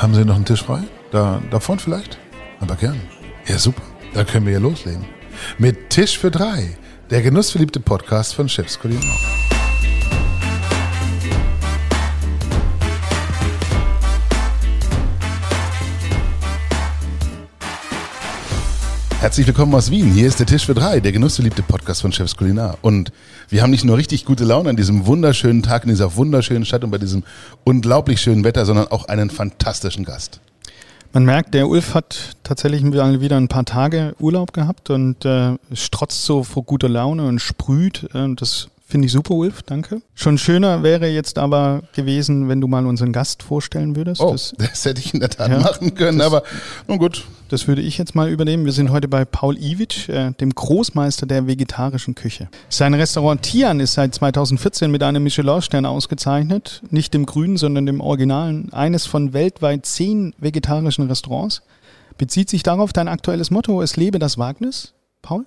Haben Sie noch einen Tisch frei? Da vorne vielleicht? Aber gern. Ja, super. Dann können wir ja loslegen. Mit Tisch für drei, der genussverliebte Podcast von Chefs Culinar. Herzlich willkommen aus Wien. Hier ist der Tisch für drei, der genussverliebte Podcast von Chefs Culinar. Und wir haben nicht nur richtig gute Laune an diesem wunderschönen Tag in dieser wunderschönen Stadt und bei diesem unglaublich schönen Wetter, sondern auch einen fantastischen Gast. Man merkt, der Ulf hat tatsächlich wieder ein paar Tage Urlaub gehabt und strotzt so vor guter Laune und sprüht. Das finde ich super, Ulf, danke. Schon schöner wäre jetzt aber gewesen, wenn du mal unseren Gast vorstellen würdest. Oh, das hätte ich in der Tat machen können, aber nun gut. Das würde ich jetzt mal übernehmen. Wir sind heute bei Paul Iwitsch, dem Großmeister der vegetarischen Küche. Sein Restaurant Tian ist seit 2014 mit einem Michelin-Stern ausgezeichnet. Nicht dem grünen, sondern dem originalen. Eines von weltweit 10 vegetarischen Restaurants. Bezieht sich darauf dein aktuelles Motto, es lebe das Wagnis, Paul?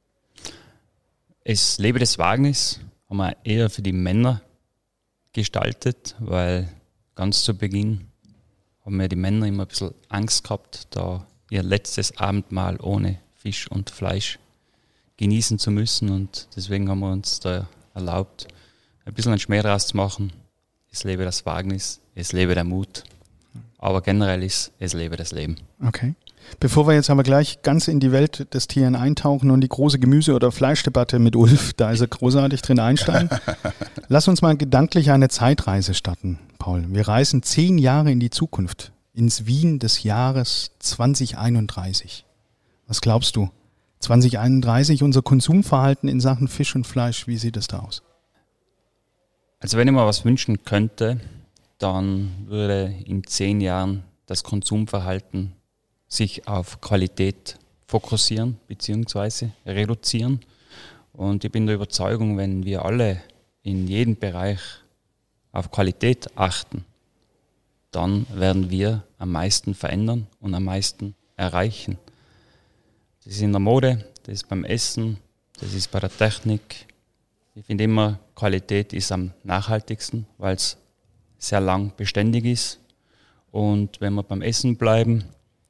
Es lebe das Wagnis haben wir eher für die Männer gestaltet, weil ganz zu Beginn haben ja die Männer immer ein bisschen Angst gehabt, da ihr letztes Abendmahl ohne Fisch und Fleisch genießen zu müssen, und deswegen haben wir uns da erlaubt, ein bisschen einen Schmäh draus zu machen. Es lebe das Wagnis, es lebe der Mut, aber generell ist es lebe das Leben. Okay. Bevor wir jetzt aber gleich ganz in die Welt des Tieren eintauchen und die große Gemüse- oder Fleischdebatte mit Ulf, da ist er großartig drin, einsteigen, lass uns mal gedanklich eine Zeitreise starten, Paul. Wir reisen 10 Jahre in die Zukunft, ins Wien des Jahres 2031. Was glaubst du? 2031, unser Konsumverhalten in Sachen Fisch und Fleisch, wie sieht es da aus? Also wenn ich mir was wünschen könnte, dann würde in 10 Jahren das Konsumverhalten sich auf Qualität fokussieren bzw. reduzieren. Und ich bin der Überzeugung, wenn wir alle in jedem Bereich auf Qualität achten, dann werden wir am meisten verändern und am meisten erreichen. Das ist in der Mode, das ist beim Essen, das ist bei der Technik. Ich finde immer, Qualität ist am nachhaltigsten, weil es sehr lang beständig ist. Und wenn wir beim Essen bleiben,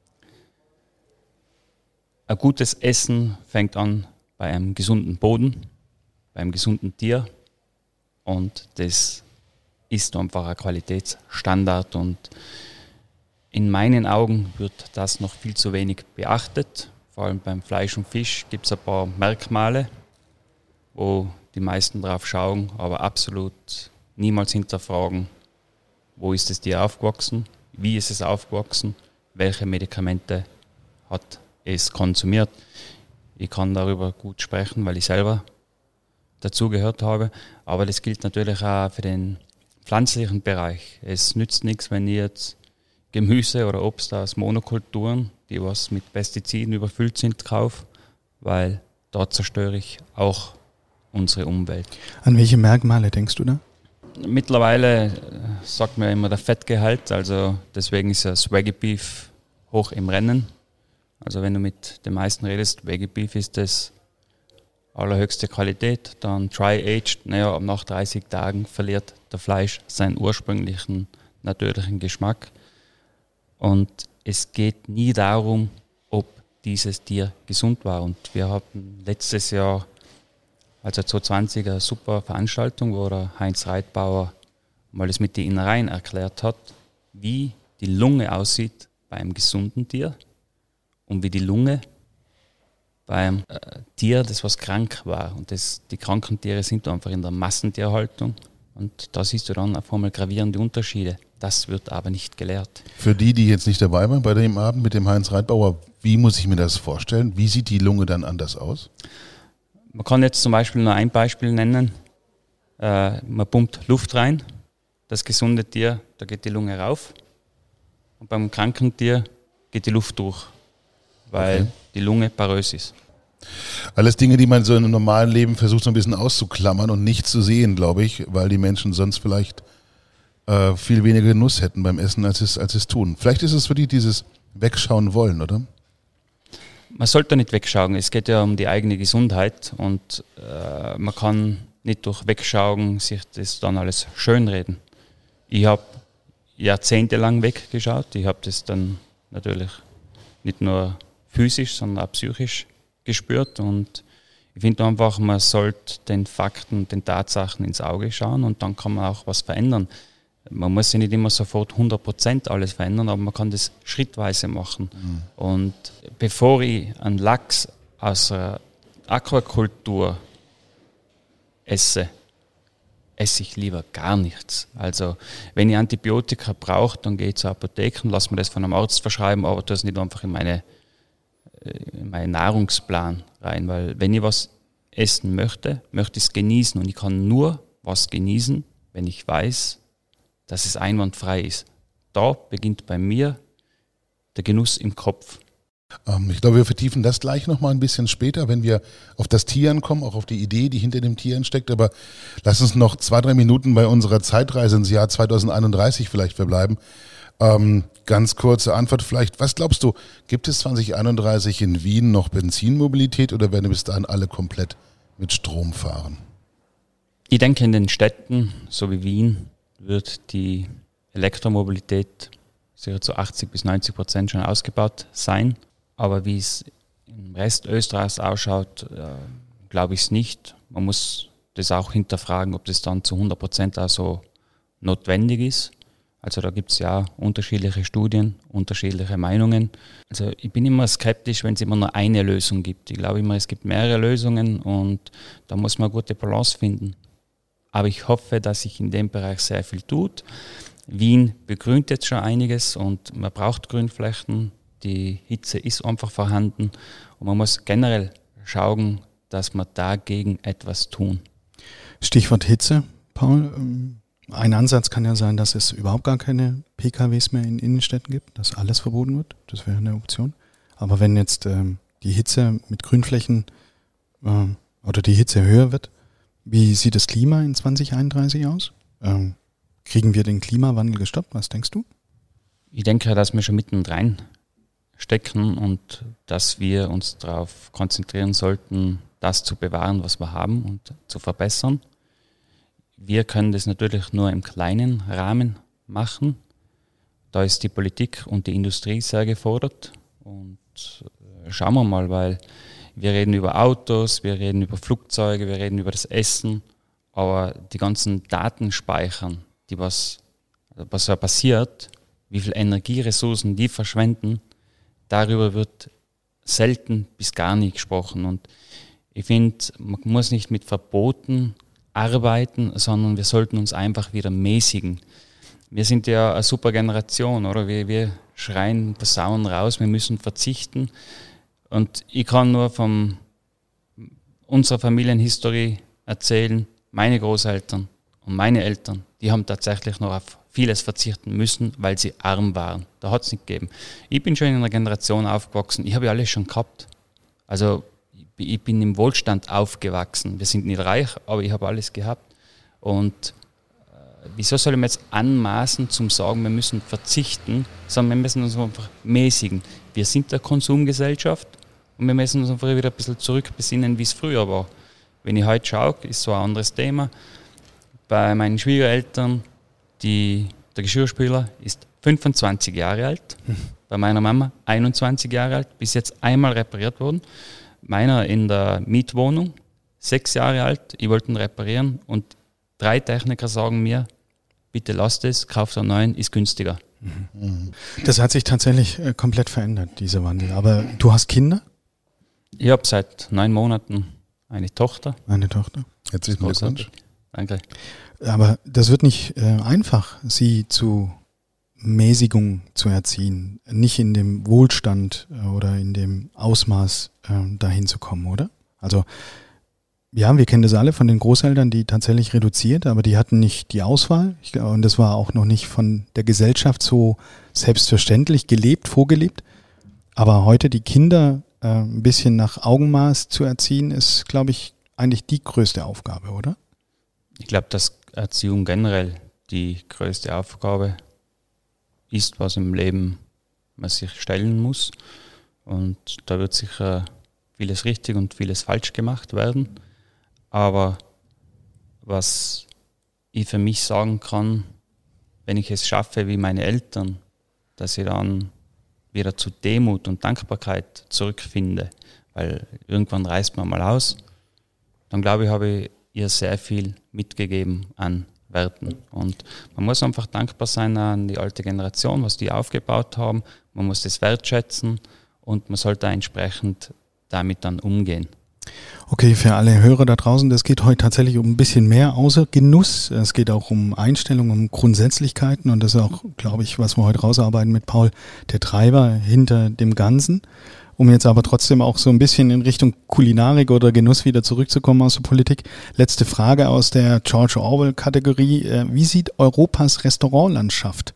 ein gutes Essen fängt an bei einem gesunden Boden, bei einem gesunden Tier, und das ist einfach ein Qualitätsstandard, und in meinen Augen wird das noch viel zu wenig beachtet. Vor allem beim Fleisch und Fisch gibt es ein paar Merkmale, wo die meisten drauf schauen, aber absolut niemals hinterfragen, wo ist das Tier aufgewachsen, wie ist es aufgewachsen, welche Medikamente hat es konsumiert. Ich kann darüber gut sprechen, weil ich selber dazugehört habe, aber das gilt natürlich auch für den pflanzlichen Bereich. Es nützt nichts, wenn ich jetzt Gemüse oder Obst aus Monokulturen, die was mit Pestiziden überfüllt sind, kaufe, weil dort zerstöre ich auch unsere Umwelt. An welche Merkmale denkst du da? Mittlerweile sagt man immer der Fettgehalt, also deswegen ist ja das Wagyu Beef hoch im Rennen. Also wenn du mit den meisten redest, Wagyu Beef ist das allerhöchste Qualität, dann Dry-Aged, nach 30 Tagen verliert der Fleisch seinen ursprünglichen natürlichen Geschmack. Und es geht nie darum, ob dieses Tier gesund war. Und wir hatten letztes Jahr, also 2020, eine super Veranstaltung, wo der Heinz Reitbauer mal das mit den Innereien erklärt hat, wie die Lunge aussieht bei einem gesunden Tier und wie die Lunge beim Tier, das was krank war. Und die kranken Tiere sind einfach in der Massentierhaltung. Und da siehst du dann auf einmal gravierende Unterschiede. Das wird aber nicht gelehrt. Für die jetzt nicht dabei waren bei dem Abend mit dem Heinz Reitbauer, wie muss ich mir das vorstellen? Wie sieht die Lunge dann anders aus? Man kann jetzt zum Beispiel nur ein Beispiel nennen. Man pumpt Luft rein. Das gesunde Tier, da geht die Lunge rauf. Und beim kranken Tier geht die Luft durch, weil die Lunge porös ist. Alles Dinge, die man so im normalen Leben versucht, so ein bisschen auszuklammern und nicht zu sehen, glaube ich, weil die Menschen sonst vielleicht viel weniger Genuss hätten beim Essen, als es tun. Vielleicht ist es für die dieses Wegschauen wollen, oder? Man sollte nicht wegschauen. Es geht ja um die eigene Gesundheit, und man kann nicht durch Wegschauen sich das dann alles schönreden. Ich habe jahrzehntelang weggeschaut. Ich habe das dann natürlich nicht nur physisch, sondern auch psychisch gespürt. Und ich finde einfach, man sollte den Fakten, den Tatsachen ins Auge schauen und dann kann man auch was verändern. Man muss ja nicht immer sofort 100% alles verändern, aber man kann das schrittweise machen. Mhm. Und bevor ich einen Lachs aus einer Aquakultur esse ich lieber gar nichts. Also wenn ich Antibiotika brauche, dann gehe ich zur Apotheke und lasse mir das von einem Arzt verschreiben, aber tue es nicht einfach in meinen Nahrungsplan rein, weil wenn ich was essen möchte ich es genießen und ich kann nur was genießen, wenn ich weiß, dass es einwandfrei ist. Da beginnt bei mir der Genuss im Kopf. Ich glaube, wir vertiefen das gleich nochmal ein bisschen später, wenn wir auf das Tieren kommen, auch auf die Idee, die hinter dem Tieren steckt. Aber lass uns noch 2-3 Minuten bei unserer Zeitreise ins Jahr 2031 vielleicht verbleiben. Ganz kurze Antwort vielleicht. Was glaubst du, gibt es 2031 in Wien noch Benzinmobilität oder werden bis dahin alle komplett mit Strom fahren? Ich denke, in den Städten, so wie Wien, wird die Elektromobilität sicher zu 80-90% schon ausgebaut sein. Aber wie es im Rest Österreichs ausschaut, glaube ich es nicht. Man muss das auch hinterfragen, ob das dann zu 100% auch so notwendig ist. Also da gibt es ja unterschiedliche Studien, unterschiedliche Meinungen. Also ich bin immer skeptisch, wenn es immer nur eine Lösung gibt. Ich glaube immer, es gibt mehrere Lösungen und da muss man eine gute Balance finden. Aber ich hoffe, dass sich in dem Bereich sehr viel tut. Wien begrünt jetzt schon einiges und man braucht Grünflächen. Die Hitze ist einfach vorhanden und man muss generell schauen, dass wir dagegen etwas tun. Stichwort Hitze, Paul. Ein Ansatz kann ja sein, dass es überhaupt gar keine PKWs mehr in Innenstädten gibt, dass alles verboten wird. Das wäre eine Option. Aber wenn jetzt die Hitze mit Grünflächen oder die Hitze höher wird, wie sieht das Klima in 2031 aus? Kriegen wir den Klimawandel gestoppt? Was denkst du? Ich denke, dass wir schon mittendrin stecken und dass wir uns darauf konzentrieren sollten, das zu bewahren, was wir haben und zu verbessern. Wir können das natürlich nur im kleinen Rahmen machen. Da ist die Politik und die Industrie sehr gefordert. Und schauen wir mal, weil wir reden über Autos, wir reden über Flugzeuge, wir reden über das Essen, aber die ganzen Datenspeichern, was ja passiert, wie viel Energieressourcen die verschwenden, darüber wird selten bis gar nicht gesprochen. Und ich finde, man muss nicht mit Verboten arbeiten, sondern wir sollten uns einfach wieder mäßigen. Wir sind ja eine super Generation, oder? Wir schreien Posaunen raus, wir müssen verzichten. Und ich kann nur von unserer Familienhistorie erzählen, meine Großeltern und meine Eltern, die haben tatsächlich noch auf vieles verzichten müssen, weil sie arm waren. Da hat es nicht gegeben. Ich bin schon in einer Generation aufgewachsen, ich habe ja alles schon gehabt. Also ich bin im Wohlstand aufgewachsen. Wir sind nicht reich, aber ich habe alles gehabt. Und wieso soll ich mir jetzt anmaßen, zum sagen, wir müssen verzichten, sondern wir müssen uns einfach mäßigen. Wir sind eine Konsumgesellschaft und wir müssen uns einfach wieder ein bisschen zurückbesinnen, wie es früher war. Wenn ich heute schaue, ist so ein anderes Thema. Bei meinen Schwiegereltern, der Geschirrspüler ist 25 Jahre alt, bei meiner Mama 21 Jahre alt, bis jetzt einmal repariert worden. Meiner in der Mietwohnung, 6 Jahre alt, ich wollte ihn reparieren und 3 Techniker sagen mir, bitte lasst es, kauft einen neuen, ist günstiger. Das hat sich tatsächlich komplett verändert, dieser Wandel. Aber du hast Kinder? Ich habe seit 9 Monaten eine Tochter. Eine Tochter. Herzlichen Glückwunsch. Danke. Aber das wird nicht einfach, sie zu Mäßigung zu erziehen, nicht in dem Wohlstand oder in dem Ausmaß dahin zu kommen, oder? Also ja, wir kennen das alle von den Großeltern, die tatsächlich reduziert, aber die hatten nicht die Auswahl und das war auch noch nicht von der Gesellschaft so selbstverständlich vorgelebt. Aber heute die Kinder ein bisschen nach Augenmaß zu erziehen, ist, glaube ich, eigentlich die größte Aufgabe, oder? Ich glaube, dass Erziehung generell die größte Aufgabe ist, was im Leben man sich stellen muss. Und da wird sicher vieles richtig und vieles falsch gemacht werden. Aber was ich für mich sagen kann, wenn ich es schaffe, wie meine Eltern, dass ich dann wieder zu Demut und Dankbarkeit zurückfinde, weil irgendwann reist man mal aus, dann glaube ich, habe ich ihr sehr viel mitgegeben an Werten. Und man muss einfach dankbar sein an die alte Generation, was die aufgebaut haben. Man muss das wertschätzen und man sollte entsprechend damit dann umgehen. Okay, für alle Hörer da draußen, das geht heute tatsächlich um ein bisschen mehr außer Genuss. Es geht auch um Einstellungen, um Grundsätzlichkeiten und das ist auch, glaube ich, was wir heute rausarbeiten mit Paul, der Treiber hinter dem Ganzen. Um jetzt aber trotzdem auch so ein bisschen in Richtung Kulinarik oder Genuss wieder zurückzukommen aus der Politik. Letzte Frage aus der George Orwell-Kategorie. Wie sieht Europas Restaurantlandschaft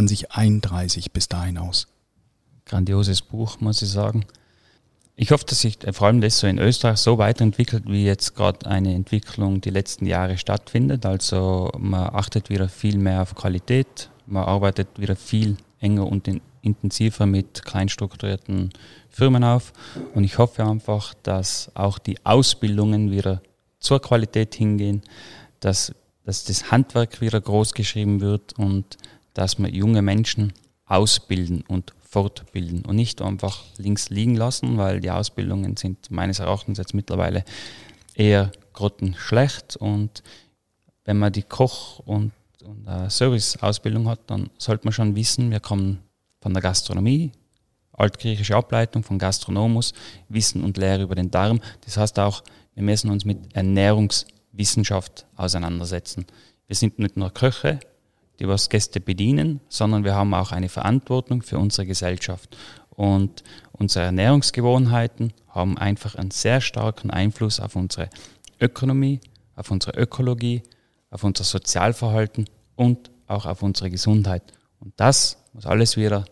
2031 bis dahin aus? Grandioses Buch, muss ich sagen. Ich hoffe, dass sich vor allem das so in Österreich so weiterentwickelt, wie jetzt gerade eine Entwicklung die letzten Jahre stattfindet. Also man achtet wieder viel mehr auf Qualität, man arbeitet wieder viel enger und intensiver mit kleinstrukturierten Firmen auf. Und ich hoffe einfach, dass auch die Ausbildungen wieder zur Qualität hingehen, dass das Handwerk wieder groß geschrieben wird und dass wir junge Menschen ausbilden und fortbilden und nicht einfach links liegen lassen, weil die Ausbildungen sind meines Erachtens jetzt mittlerweile eher grottenschlecht. Und wenn man die Koch- und Service-Ausbildung hat, dann sollte man schon wissen, wir kommen von der Gastronomie, altgriechische Ableitung von Gastronomus, Wissen und Lehre über den Darm. Das heißt auch, wir müssen uns mit Ernährungswissenschaft auseinandersetzen. Wir sind nicht nur Köche, die was Gäste bedienen, sondern wir haben auch eine Verantwortung für unsere Gesellschaft. Und unsere Ernährungsgewohnheiten haben einfach einen sehr starken Einfluss auf unsere Ökonomie, auf unsere Ökologie, auf unser Sozialverhalten und auch auf unsere Gesundheit. Und das muss alles wieder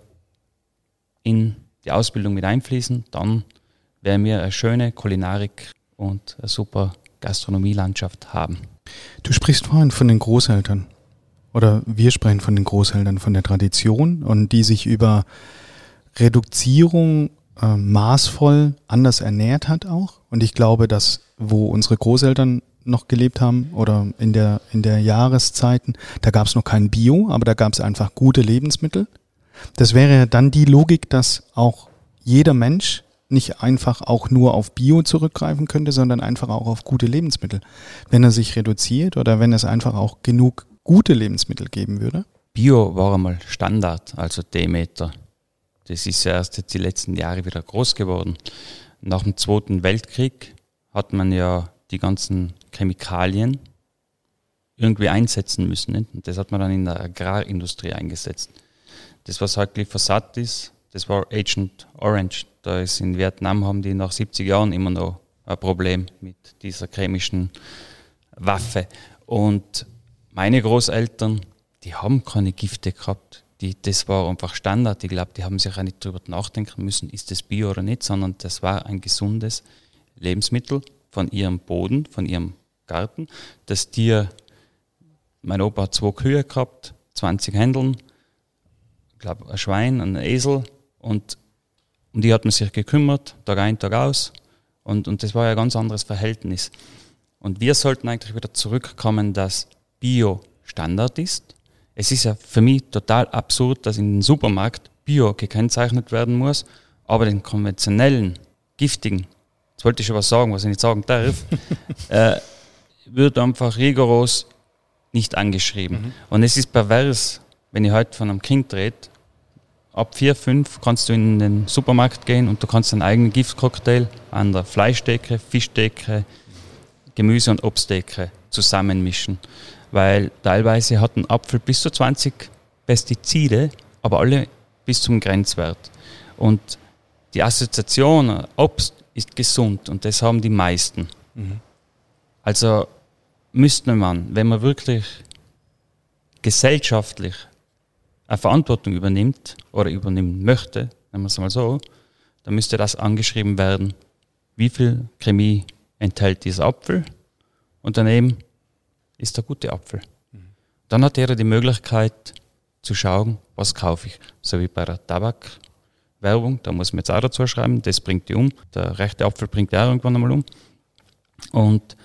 in die Ausbildung mit einfließen. Dann werden wir eine schöne Kulinarik und eine super Gastronomielandschaft haben. Du sprichst vorhin von den Großeltern. Oder wir sprechen von den Großeltern, von der Tradition und die sich über Reduzierung maßvoll anders ernährt hat auch. Und ich glaube, dass wo unsere Großeltern noch gelebt haben oder in der Jahreszeiten, da gab es noch kein Bio, aber da gab es einfach gute Lebensmittel. Das wäre ja dann die Logik, dass auch jeder Mensch nicht einfach auch nur auf Bio zurückgreifen könnte, sondern einfach auch auf gute Lebensmittel. Wenn er sich reduziert oder wenn es einfach auch genug gute Lebensmittel geben würde? Bio war einmal Standard, also Demeter. Das ist ja erst jetzt die letzten Jahre wieder groß geworden. Nach dem Zweiten Weltkrieg hat man ja die ganzen Chemikalien irgendwie einsetzen müssen. Nicht? Und das hat man dann in der Agrarindustrie eingesetzt. Das, was halt Glyphosat ist, das war Agent Orange. Da ist in Vietnam, haben die nach 70 Jahren immer noch ein Problem mit dieser chemischen Waffe. Und meine Großeltern, die haben keine Gifte gehabt. Das war einfach Standard. Ich glaube, die haben sich auch nicht darüber nachdenken müssen, ist das Bio oder nicht, sondern das war ein gesundes Lebensmittel von ihrem Boden, von ihrem Garten. Das Tier, mein Opa hat 2 Kühe gehabt, 20 Händeln, ich glaube ein Schwein, ein Esel und um die hat man sich gekümmert, Tag ein, Tag aus und das war ja ein ganz anderes Verhältnis. Und wir sollten eigentlich wieder zurückkommen, dass Bio Standard ist. Es ist ja für mich total absurd, dass in den Supermarkt Bio gekennzeichnet werden muss, aber den konventionellen, giftigen, jetzt wollte ich schon was sagen, was ich nicht sagen darf, wird einfach rigoros nicht angeschrieben. Mhm. Und es ist pervers, wenn ich heute von einem Kind rede, ab 4, 5 kannst du in den Supermarkt gehen und du kannst einen eigenen Giftcocktail an der Fleischtheke, Fischtheke, Gemüse- und Obsttheke zusammenmischen. Weil teilweise hat ein Apfel bis zu 20 Pestizide, aber alle bis zum Grenzwert. Und die Assoziation, Obst ist gesund und das haben die meisten. Mhm. Also müsste man, wenn man wirklich gesellschaftlich eine Verantwortung übernimmt oder übernehmen möchte, nennen wir es mal so, dann müsste das angeschrieben werden, wie viel Chemie enthält dieser Apfel und daneben ist der gute Apfel. Mhm. Dann hat jeder die Möglichkeit zu schauen, was kaufe ich. So wie bei der Tabakwerbung, da muss man jetzt auch dazu schreiben, das bringt die um. Der rechte Apfel bringt die auch irgendwann einmal um. Und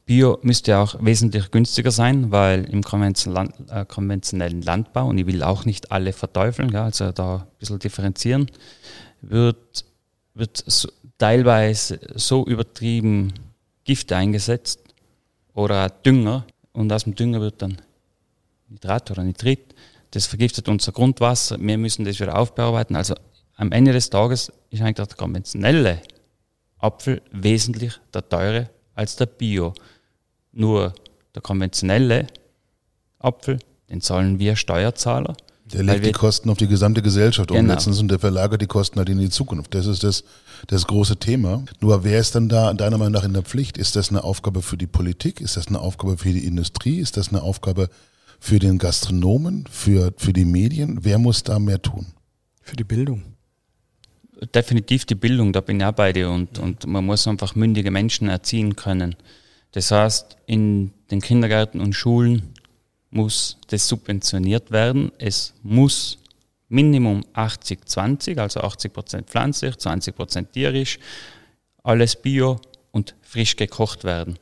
Bio müsste auch wesentlich günstiger sein, weil im konventionellen Landbau, und ich will auch nicht alle verteufeln, also da ein bisschen differenzieren, wird so, teilweise so übertrieben Gifte eingesetzt oder Dünger, und aus dem Dünger wird dann Nitrat oder Nitrit, das vergiftet unser Grundwasser, wir müssen das wieder aufbearbeiten. Also am Ende des Tages ist eigentlich der konventionelle Apfel wesentlich der teure als der Bio. Nur der konventionelle Apfel, den zahlen wir Steuerzahler. Der legt die Kosten auf die gesamte Gesellschaft um letztens und der verlagert die Kosten halt in die Zukunft. Das ist das große Thema. Nur wer ist dann da deiner Meinung nach in der Pflicht? Ist das eine Aufgabe für die Politik? Ist das eine Aufgabe für die Industrie? Ist das eine Aufgabe für den Gastronomen? Für die Medien? Wer muss da mehr tun? Für die Bildung. Definitiv die Bildung, da bin ich auch bei dir. Und man muss einfach mündige Menschen erziehen können. Das heißt, in den Kindergärten und Schulen muss das subventioniert werden. Es muss Minimum 80-20, also 80% pflanzlich, 20% tierisch, alles bio und frisch gekocht werden.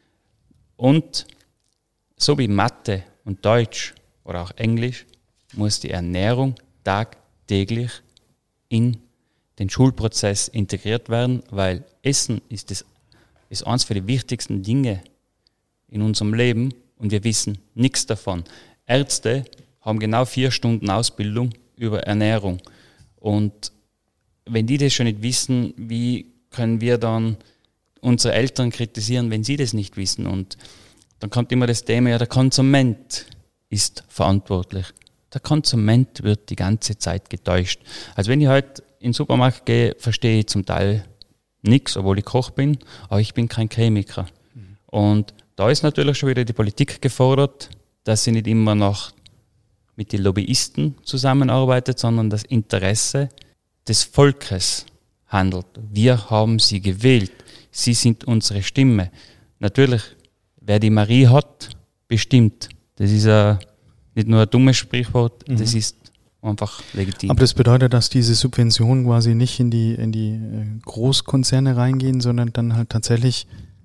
Und so wie Mathe und Deutsch oder auch Englisch muss die Ernährung tagtäglich in den Schulprozess integriert werden, weil Essen ist eines für die wichtigsten Dinge in unserem Leben und wir wissen nichts davon. Ärzte haben genau 4 Stunden Ausbildung über Ernährung und wenn die das schon nicht wissen, wie können wir dann unsere Eltern kritisieren, wenn sie das nicht wissen? Und dann kommt immer das Thema, ja, der Konsument ist verantwortlich. Der Konsument wird die ganze Zeit getäuscht. Also wenn ich heute in den Supermarkt gehe, verstehe ich zum Teil nichts, obwohl ich Koch bin, aber ich bin kein Chemiker. Und da ist natürlich schon wieder die Politik gefordert, dass sie nicht immer noch mit den Lobbyisten zusammenarbeitet, sondern das Interesse des Volkes handelt. Wir haben sie gewählt. Sie sind unsere Stimme. Natürlich, wer die Marie hat, bestimmt. Das ist nicht nur ein dummes Sprichwort, das ist einfach legitim. Aber das bedeutet, dass diese Subventionen quasi nicht in die Großkonzerne reingehen, sondern dann halt tatsächlich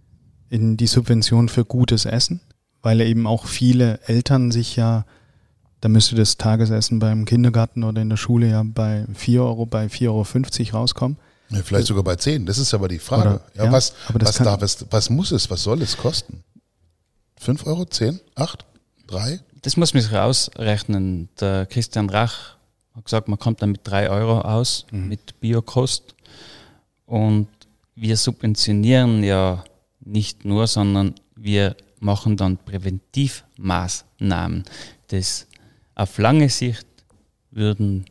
in die Subvention für gutes Essen, weil eben auch viele Eltern sich ja, da müsste das Tagesessen beim Kindergarten oder in der Schule ja bei 4 Euro, bei 4,50 Euro rauskommen. Ja, vielleicht sogar bei 10, das ist aber die Frage. Oder, was muss es, was soll es kosten? 5 Euro, 10, 8, 3? Das muss man sich ausrechnen. Der Christian Rach hat gesagt, man kommt dann mit 3 Euro aus, mit Biokost. Und wir subventionieren ja nicht nur, sondern wir machen dann Präventivmaßnahmen. Das auf lange Sicht würden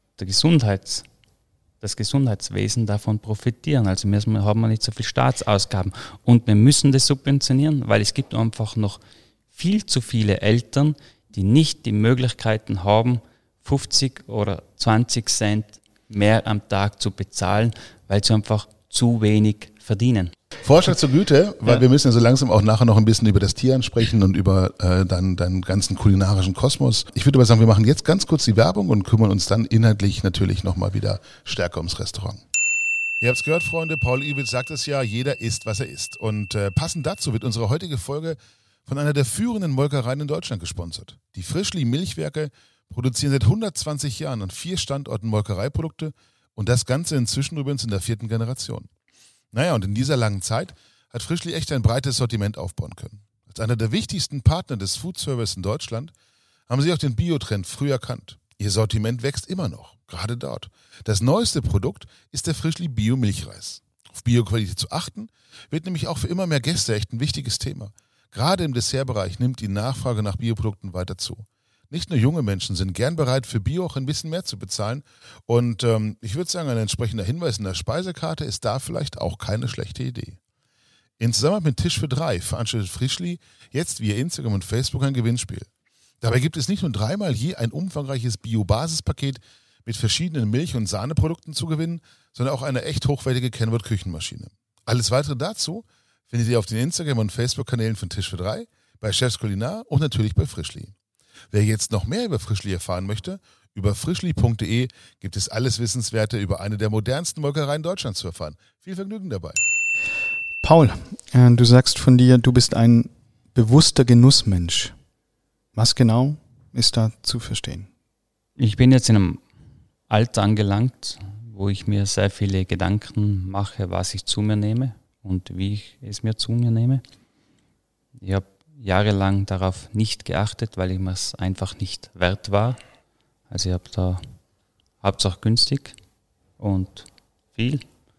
das Gesundheitswesen davon profitieren. Also haben wir nicht so viel Staatsausgaben. Und wir müssen das subventionieren, weil es gibt einfach noch viel zu viele Eltern, die nicht die Möglichkeiten haben, 50 oder 20 Cent mehr am Tag zu bezahlen, weil sie einfach zu wenig verdienen. Vorschlag zur Güte, weil wir müssen ja so langsam auch nachher noch ein bisschen über das Tier ansprechen und über deinen ganzen kulinarischen Kosmos. Ich würde aber sagen, wir machen jetzt ganz kurz die Werbung und kümmern uns dann inhaltlich natürlich nochmal wieder stärker ums Restaurant. Ihr habt es gehört, Freunde, Paul Iwitz sagt es ja, jeder isst, was er isst. Und passend dazu wird unsere heutige Folge von einer der führenden Molkereien in Deutschland gesponsert. Die Frischli Milchwerke produzieren seit 120 Jahren an 4 Standorten Molkereiprodukte und das Ganze inzwischen übrigens in der 4. Generation. Naja, und in dieser langen Zeit hat Frischli echt ein breites Sortiment aufbauen können. Als einer der wichtigsten Partner des Foodservice in Deutschland haben sie auch den Biotrend früh erkannt. Ihr Sortiment wächst immer noch, gerade dort. Das neueste Produkt ist der Frischli Bio Milchreis. Auf Bioqualität zu achten, wird nämlich auch für immer mehr Gäste echt ein wichtiges Thema. Gerade im Dessertbereich nimmt die Nachfrage nach Bioprodukten weiter zu. Nicht nur junge Menschen sind gern bereit, für Bio auch ein bisschen mehr zu bezahlen. Und ich würde sagen, ein entsprechender Hinweis in der Speisekarte ist da vielleicht auch keine schlechte Idee. In Zusammenarbeit mit Tisch für 3 veranstaltet Frischli jetzt via Instagram und Facebook ein Gewinnspiel. Dabei gibt es nicht nur 3-mal je ein umfangreiches Bio-Basispaket mit verschiedenen Milch- und Sahneprodukten zu gewinnen, sondern auch eine echt hochwertige Kenwood-Küchenmaschine. Alles weitere dazu findet ihr auf den Instagram- und Facebook-Kanälen von Tisch für 3, bei Chefs Kulinar und natürlich bei Frischli. Wer jetzt noch mehr über Frischli erfahren möchte, über frischli.de gibt es alles Wissenswerte über eine der modernsten Molkereien Deutschlands zu erfahren. Viel Vergnügen dabei. Paul, du sagst von dir, du bist ein bewusster Genussmensch. Was genau ist da zu verstehen? Ich bin jetzt in einem Alter angelangt, wo ich mir sehr viele Gedanken mache, was ich zu mir nehme und wie ich es mir zu mir nehme. Ich habe jahrelang darauf nicht geachtet, weil ich mir es einfach nicht wert war. Also ich habe da Hauptsache günstig und viel.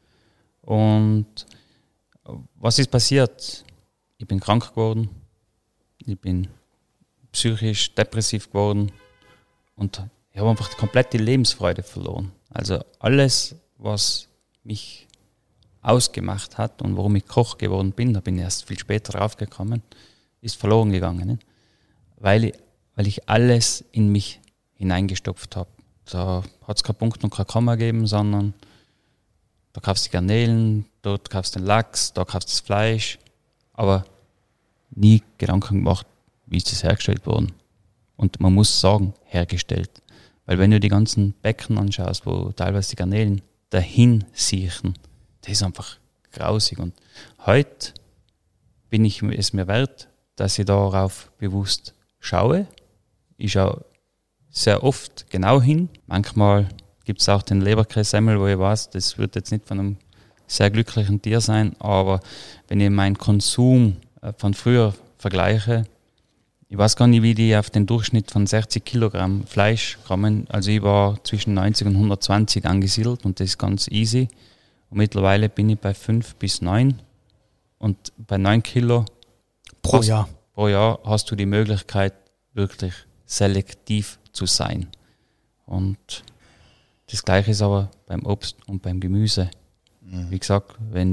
Und was ist passiert? Ich bin krank geworden, ich bin psychisch depressiv geworden und ich habe einfach komplett die Lebensfreude verloren. Also alles, was mich ausgemacht hat und warum ich Koch geworden bin, da bin ich erst viel später draufgekommen, ist verloren gegangen. Ne? Weil ich alles in mich hineingestopft habe. Da hat es keinen Punkt und kein Komma gegeben, sondern da kaufst du die Garnelen, dort kaufst du den Lachs, da kaufst du das Fleisch, aber nie Gedanken gemacht, wie ist das hergestellt worden. Und man muss sagen, hergestellt. Weil wenn du die ganzen Becken anschaust, wo teilweise die Garnelen dahin siechen, das ist einfach grausig. Und heute bin ich es mir wert, dass ich darauf bewusst schaue. Ich schaue sehr oft genau hin. Manchmal gibt es auch den Leberkässemmel, wo ich weiß, das wird jetzt nicht von einem sehr glücklichen Tier sein, aber wenn ich meinen Konsum von früher vergleiche, ich weiß gar nicht, wie die auf den Durchschnitt von 60 Kilogramm Fleisch kommen. Also ich war zwischen 90 und 120 angesiedelt und das ist ganz easy. Und mittlerweile bin ich bei 5 bis 9 und bei 9 Kilo pro Jahr hast du die Möglichkeit, wirklich selektiv zu sein. Und das Gleiche ist aber beim Obst und beim Gemüse. Wie gesagt,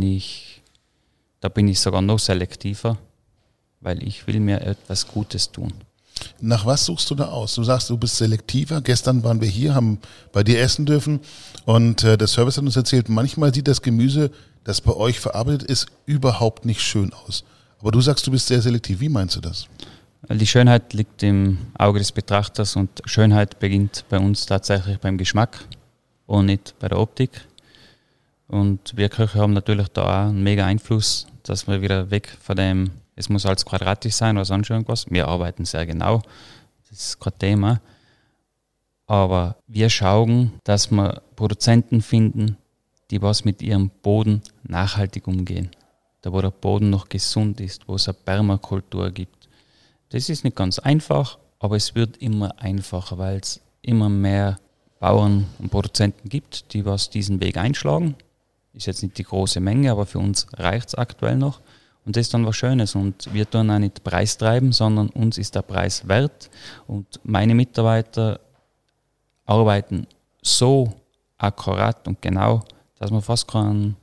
da bin ich sogar noch selektiver, weil ich will mir etwas Gutes tun. Nach was suchst du da aus? Du sagst, du bist selektiver. Gestern waren wir hier, haben bei dir essen dürfen und der Service hat uns erzählt, manchmal sieht das Gemüse, das bei euch verarbeitet ist, überhaupt nicht schön aus. Aber du sagst, du bist sehr selektiv. Wie meinst du das? Die Schönheit liegt im Auge des Betrachters und Schönheit beginnt bei uns tatsächlich beim Geschmack und nicht bei der Optik. Und wir Köche haben natürlich da auch einen mega Einfluss, dass wir wieder weg von dem, es muss alles quadratisch sein oder sonst irgendwas. Wir arbeiten sehr genau, das ist kein Thema. Aber wir schauen, dass wir Produzenten finden, die was mit ihrem Boden nachhaltig umgehen. Da wo der Boden noch gesund ist, wo es eine Permakultur gibt. Das ist nicht ganz einfach, aber es wird immer einfacher, weil es immer mehr Bauern und Produzenten gibt, die was diesen Weg einschlagen. Ist jetzt nicht die große Menge, aber für uns reicht es aktuell noch. Und das ist dann was Schönes. Und wir tun auch nicht Preis treiben, sondern uns ist der Preis wert. Und meine Mitarbeiter arbeiten so akkurat und genau, dass wir fast keinen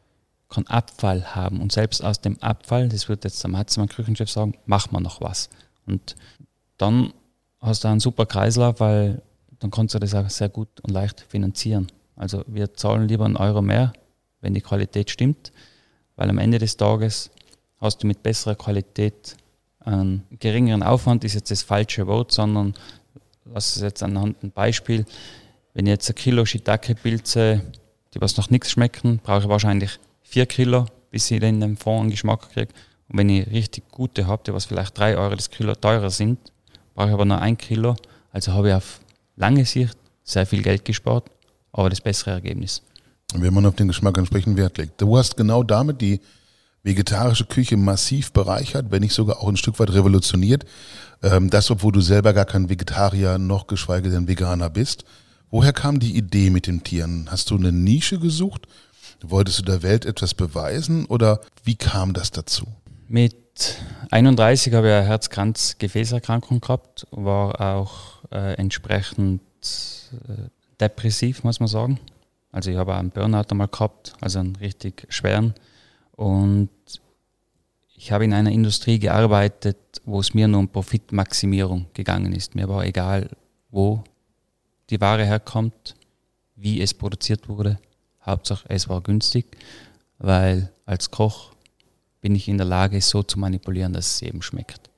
Abfall haben. Und selbst aus dem Abfall, das wird jetzt der Matze, mein Küchenchef, sagen, machen wir noch was. Und dann hast du einen super Kreislauf, weil dann kannst du das auch sehr gut und leicht finanzieren. Also wir zahlen lieber einen Euro mehr, wenn die Qualität stimmt, weil am Ende des Tages hast du mit besserer Qualität einen geringeren Aufwand, ist jetzt das falsche Wort, sondern, lass es jetzt anhand ein Beispiel, wenn ich jetzt 1 Kilo Shiitake-Pilze, die was noch nichts schmecken, brauche ich wahrscheinlich 4 Kilo, bis ich in dem Fond einen Geschmack kriege. Und wenn ich richtig gute habe, die was vielleicht 3 Euro das Kilo teurer sind, brauche ich aber nur 1 Kilo. Also habe ich auf lange Sicht sehr viel Geld gespart, aber das bessere Ergebnis. Wenn man auf den Geschmack entsprechend Wert legt. Du hast genau damit die vegetarische Küche massiv bereichert, wenn nicht sogar auch ein Stück weit revolutioniert. Das, obwohl du selber gar kein Vegetarier noch geschweige denn Veganer bist. Woher kam die Idee mit den Tieren? Hast du eine Nische gesucht? Wolltest du der Welt etwas beweisen oder wie kam das dazu? Mit 31 habe ich eine Herz-Kranz-Gefäßerkrankung gehabt, war auch entsprechend depressiv, muss man sagen. Also ich habe auch einen Burnout einmal gehabt, also einen richtig schweren. Und ich habe in einer Industrie gearbeitet, wo es mir nur um Profitmaximierung gegangen ist. Mir war egal, wo die Ware herkommt, wie es produziert wurde. Hauptsache es war günstig, weil als Koch bin ich in der Lage, es so zu manipulieren, dass es eben schmeckt.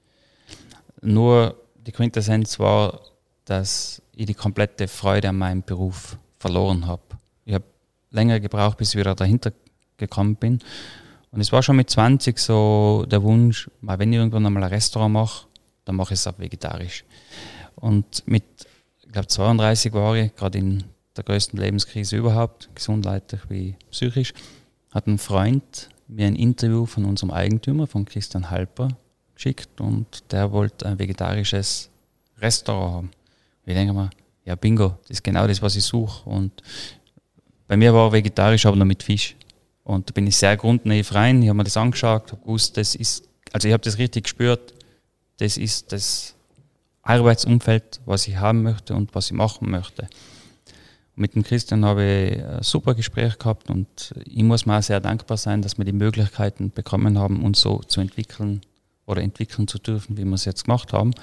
Nur die Quintessenz war, dass ich die komplette Freude an meinem Beruf verloren habe. Ich habe länger gebraucht, bis ich wieder dahinter gekommen bin. Und es war schon mit 20 so der Wunsch, mal wenn ich irgendwann einmal ein Restaurant mache, dann mache ich es auch vegetarisch. Und mit, ich glaube 32 war ich, gerade in der größten Lebenskrise überhaupt, gesundheitlich wie psychisch, hat ein Freund mir ein Interview von unserem Eigentümer, von Christian Halper, geschickt und der wollte ein vegetarisches Restaurant haben. Und ich denke mir, ja bingo, das ist genau das, was ich suche. Und bei mir war vegetarisch, aber noch mit Fisch. Und da bin ich sehr grundnaiv rein, ich habe mir das angeschaut, habe gewusst, das ist, also ich habe das richtig gespürt, das ist das Arbeitsumfeld, was ich haben möchte und was ich machen möchte. Und mit dem Christian habe ich ein super Gespräch gehabt und ich muss mir auch sehr dankbar sein, dass wir die Möglichkeiten bekommen haben, uns so zu entwickeln oder entwickeln zu dürfen, wie wir es jetzt gemacht haben.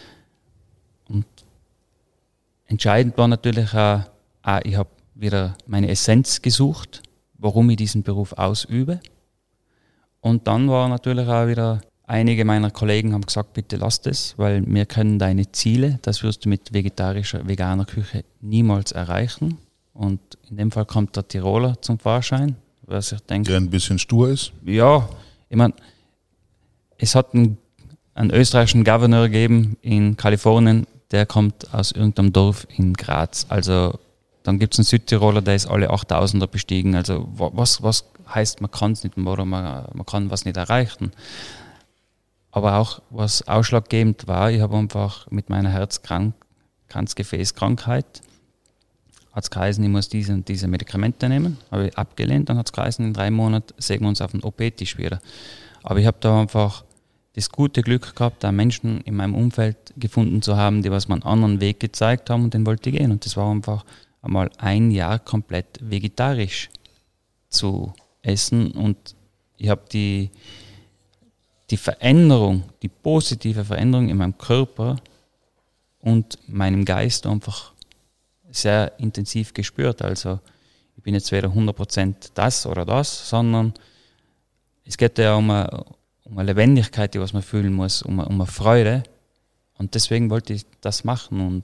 Und entscheidend war natürlich auch, ich habe wieder meine Essenz gesucht, warum ich diesen Beruf ausübe. Und dann war natürlich auch wieder, einige meiner Kollegen haben gesagt, bitte lass das, weil wir können deine Ziele, das wirst du mit vegetarischer, veganer Küche niemals erreichen. Und in dem Fall kommt der Tiroler zum Vorschein, was ich denke. Der ein bisschen stur ist? Ja, ich meine, es hat einen österreichischen Gouverneur gegeben in Kalifornien, der kommt aus irgendeinem Dorf in Graz. Also dann gibt es einen Südtiroler, der ist alle 8000er bestiegen. Also was heißt, man kann es nicht oder man kann was nicht erreichen. Aber auch, was ausschlaggebend war, ich habe einfach mit meiner Herzkranzgefäßkrankheit, hat es geheißen, ich muss diese und diese Medikamente nehmen, habe ich abgelehnt, dann hat es geheißen, in 3 Monaten sägen wir uns auf den OP-Tisch wieder. Aber ich habe da einfach das gute Glück gehabt, da Menschen in meinem Umfeld gefunden zu haben, die was mir einen anderen Weg gezeigt haben und den wollte ich gehen. Und das war einfach einmal 1 Jahr komplett vegetarisch zu essen und ich habe die Veränderung, die positive Veränderung in meinem Körper und meinem Geist einfach sehr intensiv gespürt. Also ich bin jetzt weder 100% das oder das, sondern es geht ja um eine Lebendigkeit, die was man fühlen muss, um eine Freude. Und deswegen wollte ich das machen. Und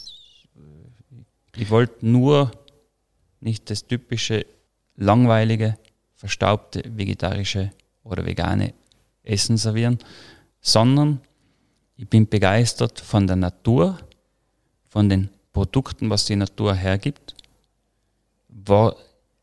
ich wollte nur nicht das typische, langweilige, verstaubte, vegetarische oder vegane Essen servieren, sondern ich bin begeistert von der Natur, von den Produkten, was die Natur hergibt, wurde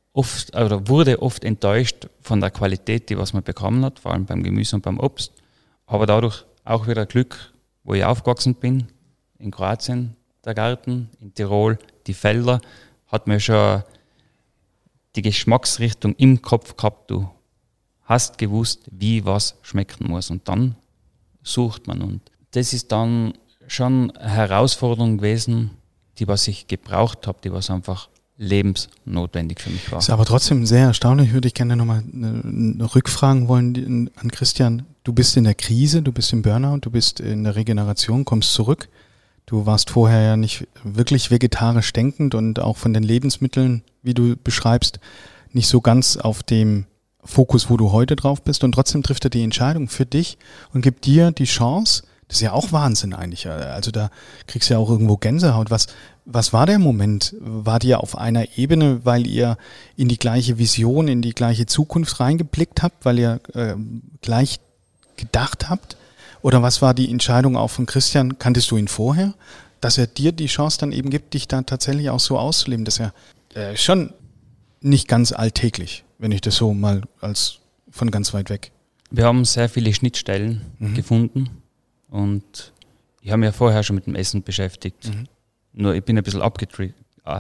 oft enttäuscht von der Qualität, die was man bekommen hat, vor allem beim Gemüse und beim Obst, aber dadurch auch wieder Glück, wo ich aufgewachsen bin, in Kroatien der Garten, in Tirol die Felder, hat mir schon die Geschmacksrichtung im Kopf gehabt, du hast gewusst, wie was schmecken muss und dann sucht man und das ist dann schon eine Herausforderung gewesen, die was ich gebraucht habe, die was einfach lebensnotwendig für mich war. Ist aber trotzdem sehr erstaunlich, würde ich gerne nochmal eine Rückfragen wollen an Christian. Du bist in der Krise, du bist im Burnout, du bist in der Regeneration, kommst zurück. Du warst vorher ja nicht wirklich vegetarisch denkend und auch von den Lebensmitteln, wie du beschreibst, nicht so ganz auf dem Fokus, wo du heute drauf bist und trotzdem trifft er die Entscheidung für dich und gibt dir die Chance. Das ist ja auch Wahnsinn eigentlich. Also da kriegst du ja auch irgendwo Gänsehaut. Was war der Moment? Wart ihr auf einer Ebene, weil ihr in die gleiche Vision, in die gleiche Zukunft reingeblickt habt, weil ihr gleich gedacht habt? Oder was war die Entscheidung auch von Christian? Kanntest du ihn vorher? Dass er dir die Chance dann eben gibt, dich da tatsächlich auch so auszuleben. Das ist ja schon nicht ganz alltäglich, wenn ich das so mal als von ganz weit weg. Wir haben sehr viele Schnittstellen gefunden und ich habe mich ja vorher schon mit dem Essen beschäftigt. Nur ich bin ein bisschen abgetrifft.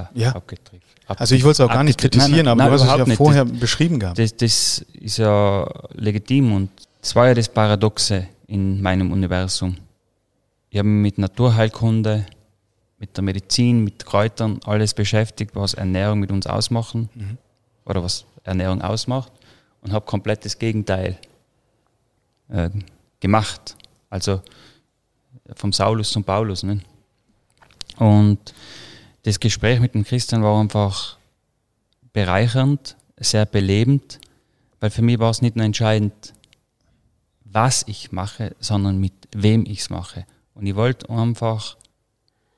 Also ich wollte es auch gar nicht kritisieren, aber du hast es ja vorher beschrieben gehabt. Das ist ja legitim und das war ja das Paradoxe in meinem Universum. Ich habe mich mit Naturheilkunde, mit der Medizin, mit Kräutern, alles beschäftigt, was Ernährung mit uns ausmachen oder was Ernährung ausmacht und habe komplett das Gegenteil gemacht. Also vom Saulus zum Paulus. Ne? Und das Gespräch mit dem Christian war einfach bereichernd, sehr belebend, weil für mich war es nicht nur entscheidend, was ich mache, sondern mit wem ich es mache. Und ich wollte einfach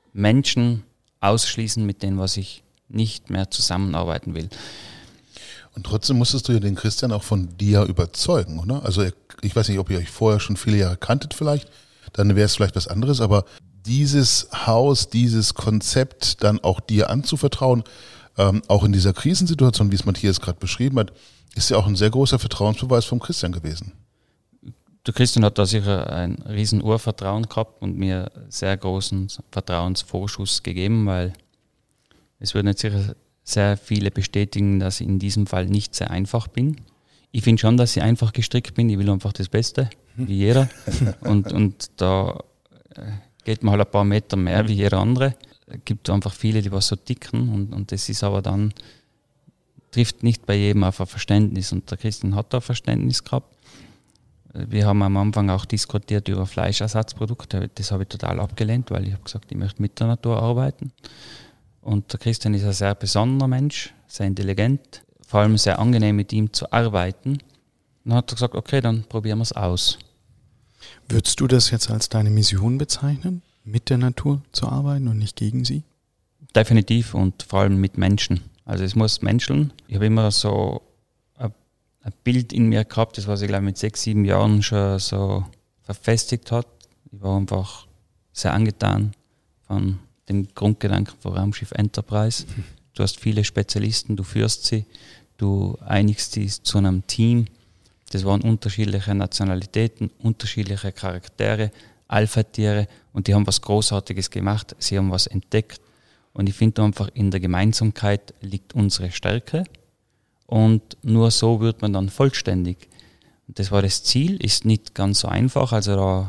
Menschen ausschließen, mit denen was ich nicht mehr zusammenarbeiten will. Und trotzdem musstest du ja den Christian auch von dir überzeugen, oder? Also ich weiß nicht, ob ihr euch vorher schon viele Jahre kanntet vielleicht, dann wäre es vielleicht was anderes, aber dieses Haus, dieses Konzept dann auch dir anzuvertrauen, auch in dieser Krisensituation, wie es Matthias gerade beschrieben hat, ist ja auch ein sehr großer Vertrauensbeweis vom Christian gewesen. Der Christian hat da sicher ein riesen Urvertrauen gehabt und mir sehr großen Vertrauensvorschuss gegeben, weil es würden jetzt sicher sehr viele bestätigen, dass ich in diesem Fall nicht sehr einfach bin. Ich finde schon, dass ich einfach gestrickt bin. Ich will einfach das Beste, wie jeder. Und da geht man halt ein paar Meter mehr wie jeder andere. Es gibt einfach viele, die was so ticken und das ist aber dann, trifft nicht bei jedem auf ein Verständnis und der Christian hat da Verständnis gehabt. Wir haben am Anfang auch diskutiert über Fleischersatzprodukte. Das habe ich total abgelehnt, weil ich habe gesagt, ich möchte mit der Natur arbeiten. Und der Christian ist ein sehr besonderer Mensch, sehr intelligent, vor allem sehr angenehm mit ihm zu arbeiten. Und dann hat er gesagt, okay, dann probieren wir es aus. Würdest du das jetzt als deine Mission bezeichnen, mit der Natur zu arbeiten und nicht gegen sie? Definitiv und vor allem mit Menschen. Also es muss menscheln. Ich habe immer so ein Bild in mir gehabt, das was ich glaube mit 6, 7 Jahren schon so verfestigt hat. Ich war einfach sehr angetan von dem Grundgedanken von Raumschiff Enterprise. Du hast viele Spezialisten, du führst sie, du einigst sie zu einem Team. Das waren unterschiedliche Nationalitäten, unterschiedliche Charaktere, Alpha-Tiere und die haben was Großartiges gemacht, sie haben was entdeckt und ich finde einfach, in der Gemeinsamkeit liegt unsere Stärke. Und nur so wird man dann vollständig. Und das war das Ziel, ist nicht ganz so einfach. Also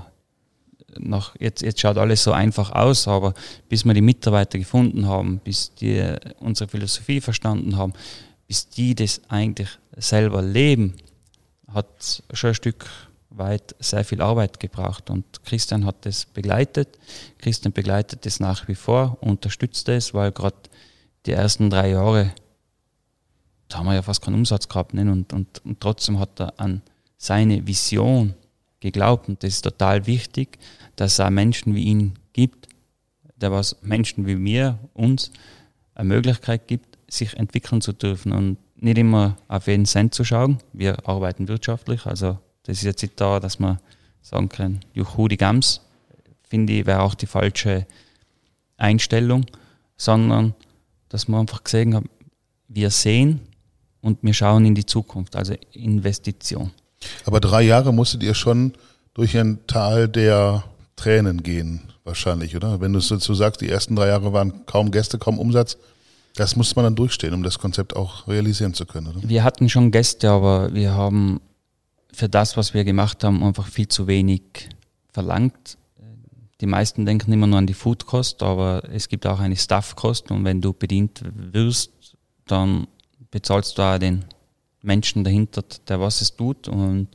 jetzt schaut alles so einfach aus, aber bis wir die Mitarbeiter gefunden haben, bis die unsere Philosophie verstanden haben, bis die das eigentlich selber leben, hat schon ein Stück weit sehr viel Arbeit gebraucht. Und Christian hat das begleitet. Christian begleitet das nach wie vor, unterstützt es, weil gerade die ersten 3 Jahre da haben wir ja fast keinen Umsatz gehabt, ne? Und trotzdem hat er an seine Vision geglaubt und das ist total wichtig, dass es auch Menschen wie ihn gibt, der was Menschen wie mir, uns, eine Möglichkeit gibt, sich entwickeln zu dürfen und nicht immer auf jeden Cent zu schauen. Wir arbeiten wirtschaftlich, also das ist jetzt nicht da, dass man sagen kann, juhu die Gams, finde ich, wäre auch die falsche Einstellung, sondern dass man einfach gesehen hat, wir sehen und wir schauen in die Zukunft, also Investition. Aber 3 Jahre musstet ihr schon durch ein Tal der Tränen gehen, wahrscheinlich, oder? Wenn du es dazu sagst, die ersten 3 Jahre waren kaum Gäste, kaum Umsatz. Das musste man dann durchstehen, um das Konzept auch realisieren zu können, oder? Wir hatten schon Gäste, aber wir haben für das, was wir gemacht haben, einfach viel zu wenig verlangt. Die meisten denken immer nur an die Foodkost, aber es gibt auch eine Staffkost und wenn du bedient wirst, dann bezahlst du auch den Menschen dahinter, der was es tut. Und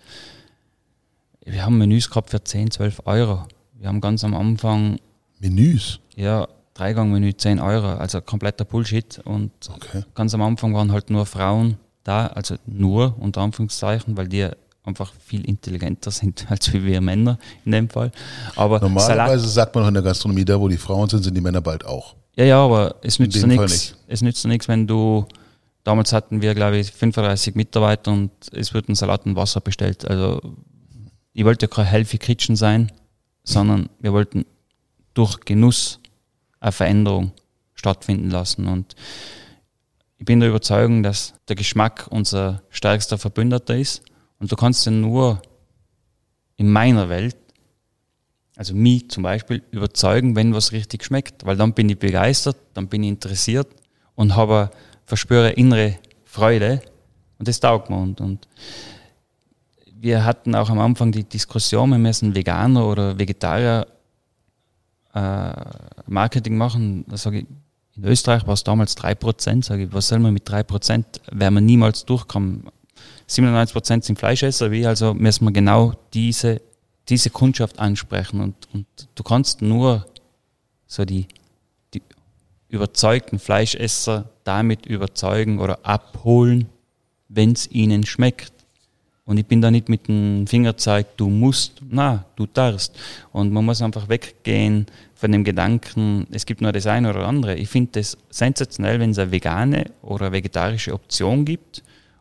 wir haben Menüs gehabt für 10, 12 Euro. Wir haben ganz am Anfang... Menüs? Ja, 3-Gang-Menü 10 Euro, also kompletter Bullshit. Und ganz am Anfang waren halt nur Frauen da, also nur unter Anführungszeichen, weil die einfach viel intelligenter sind als wir Männer in dem Fall. Aber normalerweise sagt man auch in der Gastronomie, da wo die Frauen sind die Männer bald auch. Ja, aber es nützt ja nichts. Es nützt ja nichts, wenn du... Damals hatten wir, glaube ich, 35 Mitarbeiter und es wird ein Salat und Wasser bestellt. Also ich wollte ja kein Healthy Kitchen sein, sondern wir wollten durch Genuss eine Veränderung stattfinden lassen. Und ich bin der Überzeugung, dass der Geschmack unser stärkster Verbündeter ist. Und du kannst ja nur in meiner Welt, also mich zum Beispiel, überzeugen, wenn was richtig schmeckt. Weil dann bin ich begeistert, dann bin ich interessiert und verspüre innere Freude und das taugt mir. Und wir hatten auch am Anfang die Diskussion, wir müssen Veganer oder Vegetarier Marketing machen. Da sage ich, in Österreich war es damals 3%, sage ich, was soll man mit 3%, werden wir niemals durchkommen. 97% sind Fleischesser, also müssen wir genau diese Kundschaft ansprechen und du kannst nur so die überzeugten Fleischesser damit überzeugen oder abholen, wenn es ihnen schmeckt. Und ich bin da nicht mit dem Fingerzeig, du musst, na, du darfst. Und man muss einfach weggehen von dem Gedanken, es gibt nur das eine oder andere. Ich finde das sensationell, wenn es eine vegane oder vegetarische Option gibt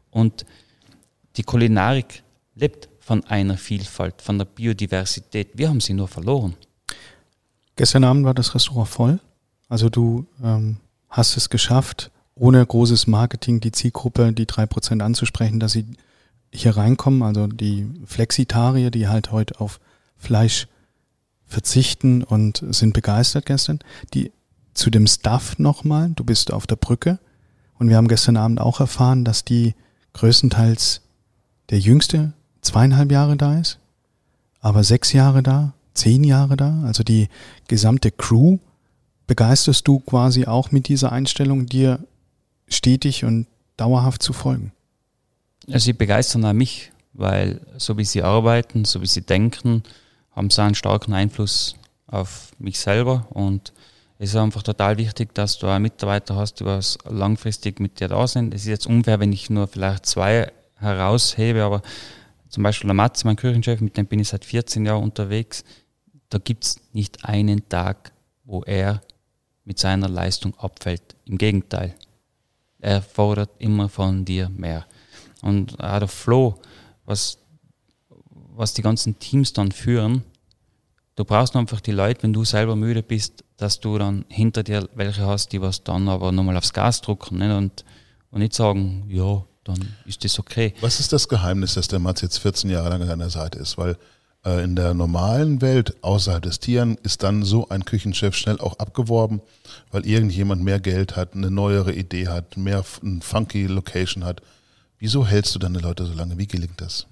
Und die Kulinarik lebt von einer Vielfalt, von der Biodiversität. Wir haben sie nur verloren. Gestern Abend war das Restaurant voll. Also du hast es geschafft, ohne großes Marketing die Zielgruppe, die 3% anzusprechen, dass sie hier reinkommen. Also die Flexitarier, die halt heute auf Fleisch verzichten und sind begeistert gestern. Zu dem Staff nochmal, du bist auf der Brücke und wir haben gestern Abend auch erfahren, dass die größtenteils der Jüngste 2,5 Jahre da ist, aber 6 Jahre da, 10 Jahre da, also die gesamte Crew. Begeisterst du quasi auch mit dieser Einstellung, dir stetig und dauerhaft zu folgen? Also sie begeistern auch mich, weil so wie sie arbeiten, so wie sie denken, haben sie einen starken Einfluss auf mich selber und es ist einfach total wichtig, dass du auch Mitarbeiter hast, die was langfristig mit dir da sind. Es ist jetzt unfair, wenn ich nur vielleicht 2 heraushebe, aber zum Beispiel der Mats, mein Küchenchef, mit dem bin ich seit 14 Jahren unterwegs, da gibt es nicht einen Tag, wo er mit seiner Leistung abfällt. Im Gegenteil, er fordert immer von dir mehr. Und auch der Flow, was die ganzen Teams dann führen, du brauchst einfach die Leute, wenn du selber müde bist, dass du dann hinter dir welche hast, die was dann aber nochmal aufs Gas drücken, nicht? Und nicht sagen, ja, dann ist das okay. Was ist das Geheimnis, dass der Mats jetzt 14 Jahre lang an deiner Seite ist? Weil in der normalen Welt, außerhalb des Tieren, ist dann so ein Küchenchef schnell auch abgeworben, weil irgendjemand mehr Geld hat, eine neuere Idee hat, mehr eine funky Location hat. Wieso hältst du deine Leute so lange? Wie gelingt das?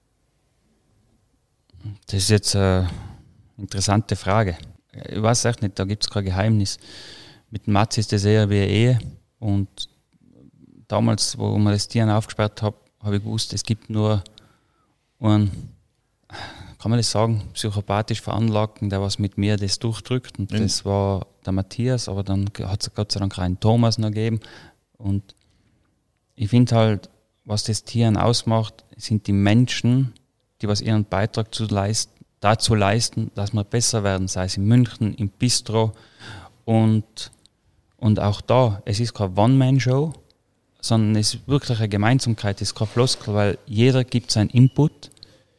Das ist jetzt eine interessante Frage. Ich weiß echt nicht, da gibt es kein Geheimnis. Mit dem Mats ist das eher wie eine Ehe. Und damals, wo wir das Tieren aufgesperrt haben, habe ich gewusst, es gibt nur einen, kann man das sagen, psychopathisch Veranlagten, der was mit mir das durchdrückt. Und das war der Matthias, aber dann hat es Gott sei Dank einen Thomas noch gegeben. Und ich finde halt, was das Tieren ausmacht, sind die Menschen, die was ihren Beitrag dazu leisten, dass wir besser werden, sei es in München, im Bistro und auch da. Es ist keine One-Man-Show, sondern es ist wirklich eine Gemeinsamkeit, es ist keine Floskel, weil jeder gibt seinen Input.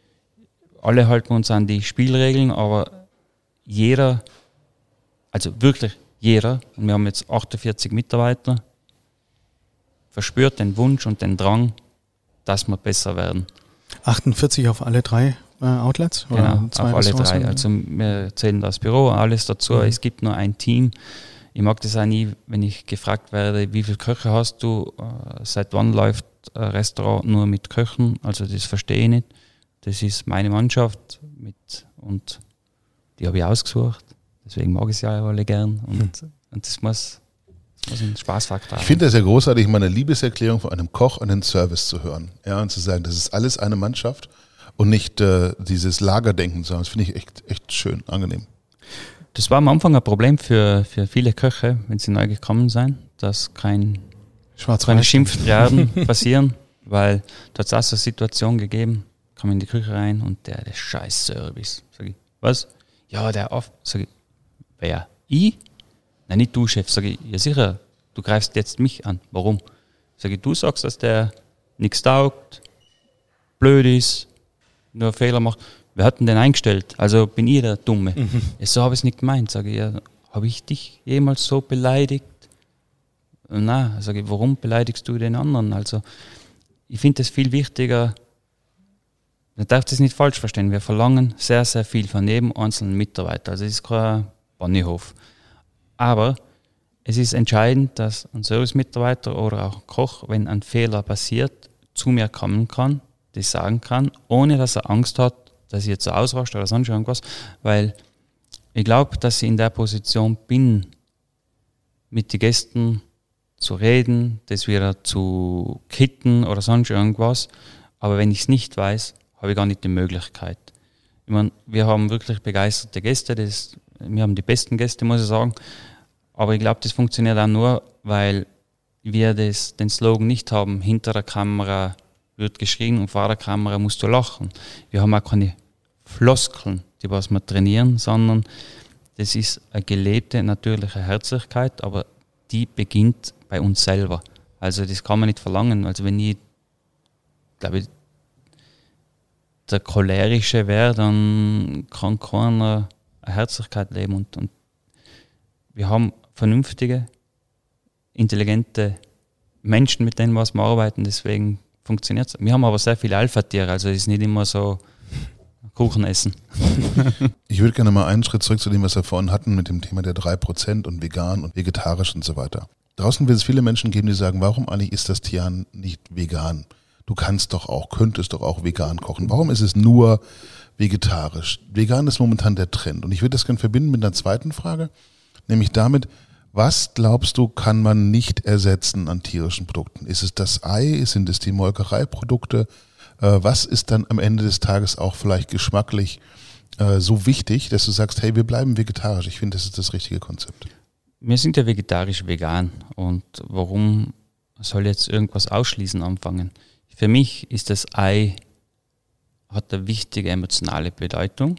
Alle halten uns an die Spielregeln, aber jeder, also wirklich jeder, und wir haben jetzt 48 Mitarbeiter, verspürt den Wunsch und den Drang, dass wir besser werden. 48 auf alle 3 Outlets? Oder genau, auf alle 3. Also wir zählen das Büro, alles dazu. Mhm. Es gibt nur ein Team. Ich mag das auch nie, wenn ich gefragt werde, wie viele Köche hast du? Seit wann läuft ein Restaurant nur mit Köchen? Also das verstehe ich nicht. Das ist meine Mannschaft und die habe ich ausgesucht. Deswegen mag ich sie ja alle gern. Und das muss ein Spaßfaktor haben. Ich finde das ja großartig, meine Liebeserklärung von einem Koch an den Service zu hören. Ja, und zu sagen, das ist alles eine Mannschaft und nicht dieses Lagerdenken zu haben. Das finde ich echt schön, angenehm. Das war am Anfang ein Problem für viele Köche, wenn sie neu gekommen sind, dass keine Schimpftriaden passieren, weil da hat es auch so eine Situation gegeben, kam in die Küche rein und der scheiß Service. Sag ich, was? Ja, der auf. Sag ich, wer? Ich? Nein, nicht du, Chef. Sag ich, ja sicher, du greifst jetzt mich an. Warum? Sag ich, du sagst, dass der nichts taugt, blöd ist, nur Fehler macht. Wer hat denn den eingestellt? Also bin ich der Dumme. Mhm. So habe ich es nicht gemeint. Sage ich, ja, habe ich dich jemals so beleidigt? Nein, sage ich, warum beleidigst du den anderen? Also ich finde es viel wichtiger, man darf das nicht falsch verstehen, wir verlangen sehr, sehr viel von jedem einzelnen Mitarbeiter. Also es ist kein Ponyhof. Aber es ist entscheidend, dass ein Service-Mitarbeiter oder auch ein Koch, wenn ein Fehler passiert, zu mir kommen kann, das sagen kann, ohne dass er Angst hat, dass ich jetzt so ausraste oder sonst irgendwas, weil ich glaube, dass ich in der Position bin, mit den Gästen zu reden, das wieder zu kitten oder sonst irgendwas, aber wenn ich es nicht weiß, habe ich gar nicht die Möglichkeit. Ich meine, wir haben wirklich begeisterte Gäste, wir haben die besten Gäste, muss ich sagen, aber ich glaube, das funktioniert auch nur, weil wir den Slogan nicht haben, hinter der Kamera wird geschrien und vor der Kamera musst du lachen. Wir haben auch keine Floskeln, die was wir trainieren, sondern das ist eine gelebte, natürliche Herzlichkeit, aber die beginnt bei uns selber. Also das kann man nicht verlangen. Also wenn ich glaube ich, der cholerische wäre, dann kann keiner eine Herzlichkeit leben. Und wir haben vernünftige, intelligente Menschen, mit denen wir arbeiten, deswegen funktioniert es. Wir haben aber sehr viele Alpha-Tiere, also es ist nicht immer so Kuchen essen. Ich würde gerne mal einen Schritt zurück zu dem, was wir vorhin hatten mit dem Thema der 3% und vegan und vegetarisch und so weiter. Draußen wird es viele Menschen geben, die sagen, warum eigentlich ist das Tian nicht vegan? Du könntest doch auch vegan kochen. Warum ist es nur vegetarisch? Vegan ist momentan der Trend. Und ich würde das gerne verbinden mit einer zweiten Frage, nämlich damit, was glaubst du, kann man nicht ersetzen an tierischen Produkten? Ist es das Ei? Sind es die Molkereiprodukte? Was ist dann am Ende des Tages auch vielleicht geschmacklich so wichtig, dass du sagst, hey, wir bleiben vegetarisch? Ich finde, das ist das richtige Konzept. Wir sind ja vegetarisch-vegan und warum soll jetzt irgendwas ausschließen anfangen? Für mich ist das Ei, hat eine wichtige emotionale Bedeutung.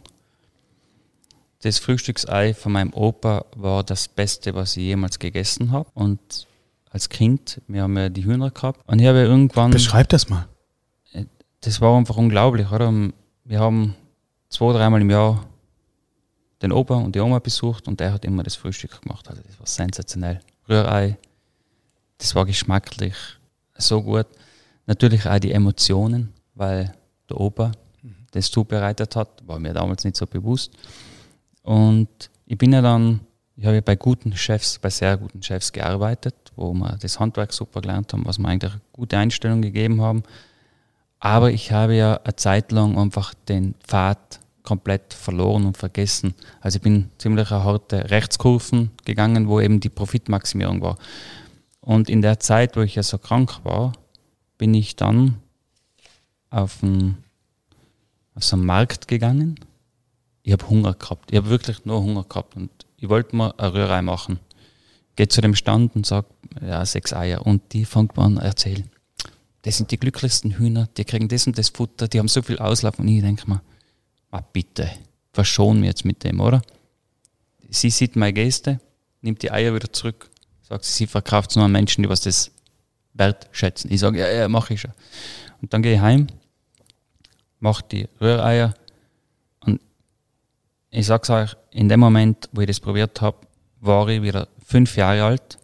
Das Frühstücksei von meinem Opa war das Beste, was ich jemals gegessen habe. Und als Kind, wir haben ja die Hühner gehabt. Und ich habe ja irgendwann... Beschreib das mal. Das war einfach unglaublich, oder? Wir haben 2-3 Mal im Jahr den Opa und die Oma besucht und der hat immer das Frühstück gemacht. Also das war sensationell. Rührei, das war geschmacklich so gut. Natürlich auch die Emotionen, weil der Opa das zubereitet hat, war mir damals nicht so bewusst. Und ich habe ja bei guten Chefs, bei sehr guten Chefs gearbeitet, wo wir das Handwerk super gelernt haben, was mir eigentlich eine gute Einstellung gegeben haben. Aber ich habe ja eine Zeit lang einfach den Pfad komplett verloren und vergessen. Also ich bin ziemlich eine harte Rechtskurven gegangen, wo eben die Profitmaximierung war. Und in der Zeit, wo ich ja so krank war, bin ich dann auf so einen Markt gegangen. Ich habe Hunger gehabt. Ich habe wirklich nur Hunger gehabt und ich wollte mir eine Rührei machen. Gehe zu dem Stand und sage, ja, 6 Eier. Und die fängt an zu erzählen. Das sind die glücklichsten Hühner, die kriegen das und das Futter, die haben so viel Auslauf. Und ich denke mir, bitte, verschon mich jetzt mit dem, oder? Sie sieht meine Geste, nimmt die Eier wieder zurück, sagt, sie verkauft es nur an Menschen, die was das wertschätzen. Ich sage, ja, mache ich schon. Und dann gehe ich heim, mache die Rühreier und ich sage es euch, in dem Moment, wo ich das probiert habe, war ich wieder 5 Jahre alt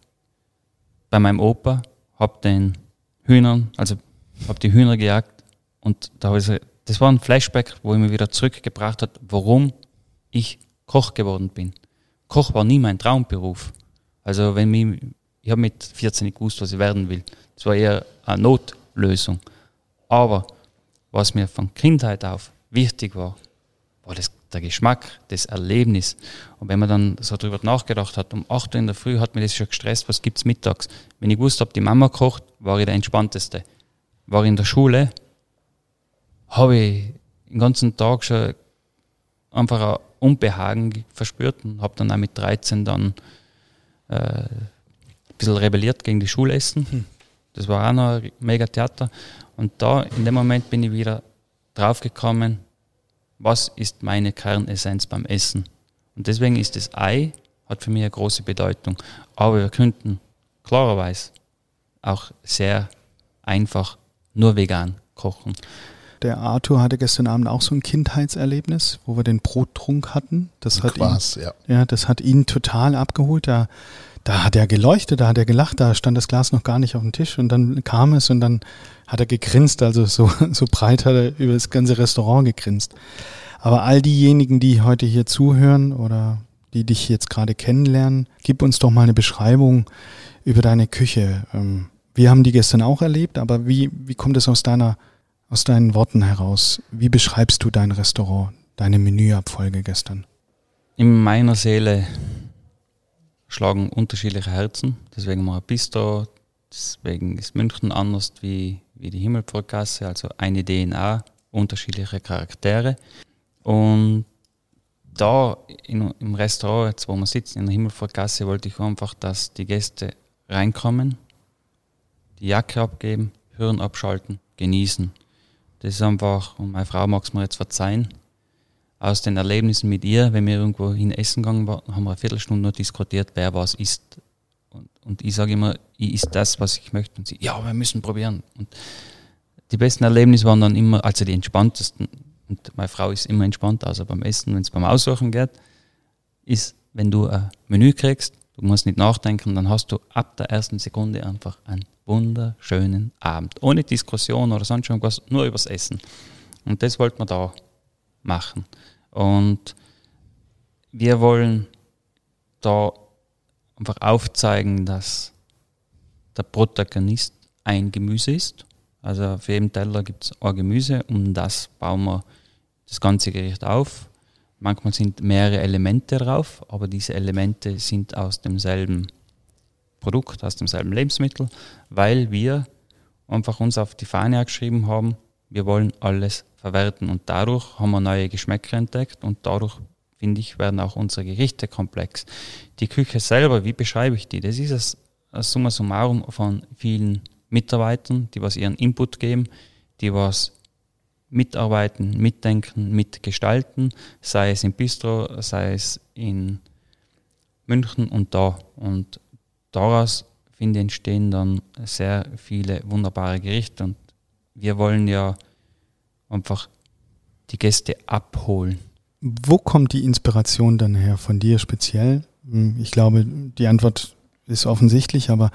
bei meinem Opa, habe den Hühnern, also habe die Hühner gejagt und das war ein Flashback, wo ich mich wieder zurückgebracht hat, warum ich Koch geworden bin. Koch war nie mein Traumberuf. Also ich habe mit 14 nicht gewusst, was ich werden will. Das war eher eine Notlösung. Aber was mir von Kindheit auf wichtig war der Geschmack, das Erlebnis. Und wenn man dann so drüber nachgedacht hat, um 8 Uhr in der Früh hat mir das schon gestresst, was gibt's mittags? Wenn ich gewusst habe, die Mama kocht, war ich der Entspannteste. War ich in der Schule, habe ich den ganzen Tag schon einfach ein Unbehagen verspürt und habe dann auch mit 13 dann ein bisschen rebelliert gegen die Schulessen. Das war auch noch ein mega Theater. Und da, in dem Moment bin ich wieder draufgekommen, was ist meine Kernessenz beim Essen. Und deswegen ist das Ei, hat für mich eine große Bedeutung. Aber wir könnten klarerweise auch sehr einfach nur vegan kochen. Der Arthur hatte gestern Abend auch so ein Kindheitserlebnis, wo wir den Brottrunk hatten. Das hat ihn total abgeholt. Da hat er geleuchtet, da hat er gelacht, da stand das Glas noch gar nicht auf dem Tisch und dann kam es und dann hat er gegrinst, also so breit hat er über das ganze Restaurant gegrinst. Aber all diejenigen, die heute hier zuhören oder die dich jetzt gerade kennenlernen, gib uns doch mal eine Beschreibung über deine Küche. Wir haben die gestern auch erlebt, aber wie kommt es aus deinen Worten heraus? Wie beschreibst du dein Restaurant, deine Menüabfolge gestern? In meiner Seele schlagen unterschiedliche Herzen, deswegen mal ein Bistro, deswegen ist München anders wie die Himmelpfortgasse, also eine DNA, unterschiedliche Charaktere. Und da im Restaurant, jetzt wo wir sitzen, in der Himmelpfortgasse, wollte ich einfach, dass die Gäste reinkommen, die Jacke abgeben, Hirn abschalten, genießen. Das ist einfach, und meine Frau mag es mir jetzt verzeihen, aus den Erlebnissen mit ihr, wenn wir irgendwo hin essen gegangen waren, haben wir eine Viertelstunde nur diskutiert, wer was isst. Und ich sage immer, ich isst das, was ich möchte. Und sie, ja, wir müssen probieren. Und Die besten Erlebnisse waren dann immer, also die entspanntesten. Und meine Frau ist immer entspannt, also beim Essen, wenn es beim Aussuchen geht, ist, wenn du ein Menü kriegst, du musst nicht nachdenken, dann hast du ab der ersten Sekunde einfach einen wunderschönen Abend. Ohne Diskussion oder sonst irgendwas, nur übers Essen. Und das wollten wir da machen. Und wir wollen da einfach aufzeigen, dass der Protagonist ein Gemüse ist. Also auf jedem Teller gibt es ein Gemüse, und das bauen wir das ganze Gericht auf. Manchmal sind mehrere Elemente drauf, aber diese Elemente sind aus demselben Produkt, aus demselben Lebensmittel, weil wir einfach uns auf die Fahne geschrieben haben, wir wollen alles verwerten, und dadurch haben wir neue Geschmäcker entdeckt, und dadurch, finde ich, werden auch unsere Gerichte komplex. Die Küche selber, wie beschreibe ich die? Das ist ein Summa summarum von vielen Mitarbeitern, die was ihren Input geben, die was mitarbeiten, mitdenken, mitgestalten, sei es im Bistro, sei es in München und da. Und daraus, finde ich, entstehen dann sehr viele wunderbare Gerichte, und wir wollen ja einfach die Gäste abholen. Wo kommt die Inspiration dann her von dir speziell? Ich glaube, die Antwort ist offensichtlich, aber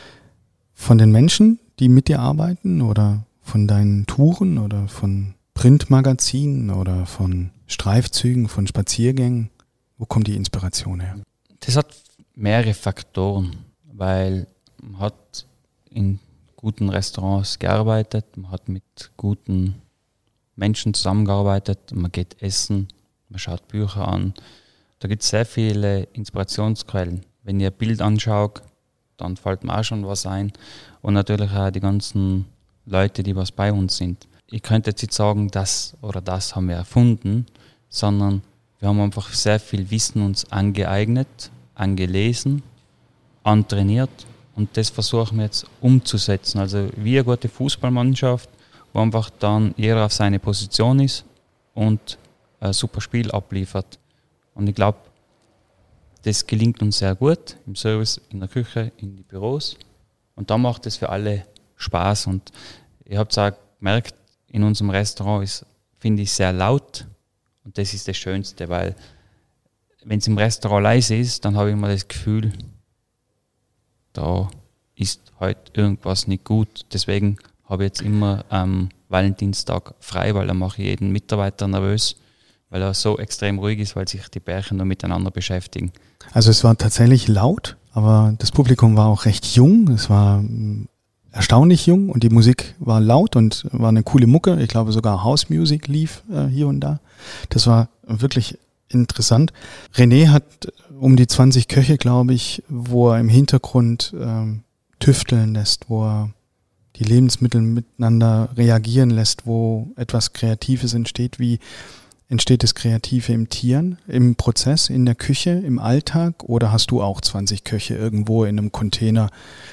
von den Menschen, die mit dir arbeiten, oder von deinen Touren oder von Printmagazinen oder von Streifzügen, von Spaziergängen, wo kommt die Inspiration her? Das hat mehrere Faktoren, weil man hat in guten Restaurants gearbeitet, man hat mit guten Menschen zusammengearbeitet, man geht essen, man schaut Bücher an. Da gibt es sehr viele Inspirationsquellen. Wenn ich ein Bild anschaue, dann fällt mir auch schon was ein. Und natürlich auch die ganzen Leute, die was bei uns sind. Ich könnte jetzt nicht sagen, das oder das haben wir erfunden, sondern wir haben einfach sehr viel Wissen uns angeeignet, angelesen, antrainiert, und das versuchen wir jetzt umzusetzen. Also wie eine gute Fußballmannschaft, wo einfach dann jeder auf seine Position ist und ein super Spiel abliefert. Und ich glaube, das gelingt uns sehr gut im Service, in der Küche, in die Büros. Und da macht es für alle Spaß. Und ich habe es auch gemerkt, in unserem Restaurant ist, finde ich, sehr laut. Und das ist das Schönste, weil wenn es im Restaurant leise ist, dann habe ich immer das Gefühl, da ist heute irgendwas nicht gut. Deswegen habe ich jetzt immer am Valentinstag frei, weil dann mache ich jeden Mitarbeiter nervös, weil er so extrem ruhig ist, weil sich die Pärchen nur miteinander beschäftigen. Also es war tatsächlich laut, aber das Publikum war auch recht jung. Es war erstaunlich jung und die Musik war laut und war eine coole Mucke. Ich glaube sogar House Music lief hier und da. Das war wirklich interessant. René hat um die 20 Köche, glaube ich, wo er im Hintergrund tüfteln lässt, wo er die Lebensmittel miteinander reagieren lässt, wo etwas Kreatives entsteht. Wie entsteht das Kreative im Tieren, im Prozess, in der Küche, im Alltag? Oder hast du auch 20 Köche irgendwo in einem Container,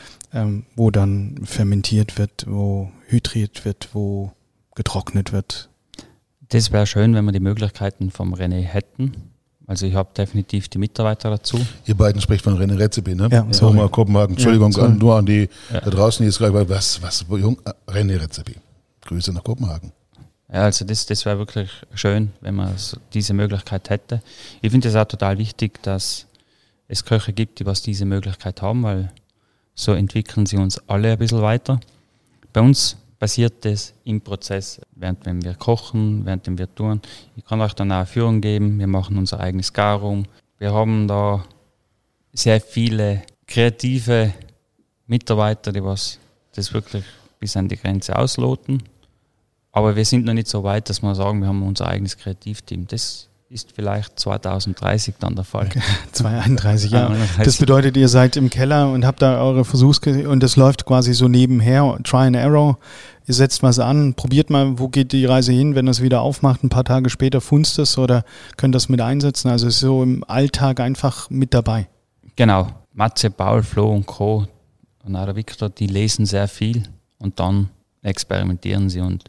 wo dann fermentiert wird, wo hydriert wird, wo getrocknet wird? Das wäre schön, wenn wir die Möglichkeiten vom René hätten. Also ich habe definitiv die Mitarbeiter dazu. Ihr beiden sprecht von René Redzepi, ne? Ja, sorry. Mal Kopenhagen. Entschuldigung, ja, nur an die da draußen, die jetzt gleich, was, jung, René Redzepi. Grüße nach Kopenhagen. Ja, also das wäre wirklich schön, wenn man diese Möglichkeit hätte. Ich finde es auch total wichtig, dass es Köche gibt, die was diese Möglichkeit haben, weil so entwickeln sie uns alle ein bisschen weiter. Bei uns passiert das im Prozess, während wir kochen, während wir tun. Ich kann euch dann auch eine Führung geben, wir machen unser eigenes Garung. Wir haben da sehr viele kreative Mitarbeiter, die was das wirklich bis an die Grenze ausloten. Aber wir sind noch nicht so weit, dass wir sagen, wir haben unser eigenes Kreativteam. Das ist vielleicht 2030 dann der Fall. Okay. 2031, ja. Das bedeutet, ihr seid im Keller und habt da eure und das läuft quasi so nebenher, Try and Error. Ihr setzt was an, probiert mal, wo geht die Reise hin, wenn ihr es wieder aufmacht, ein paar Tage später funzt es oder könnt das mit einsetzen. Also ist so im Alltag einfach mit dabei. Genau. Matze, Paul, Flo und Co. und auch der Victor, die lesen sehr viel und dann experimentieren sie. Und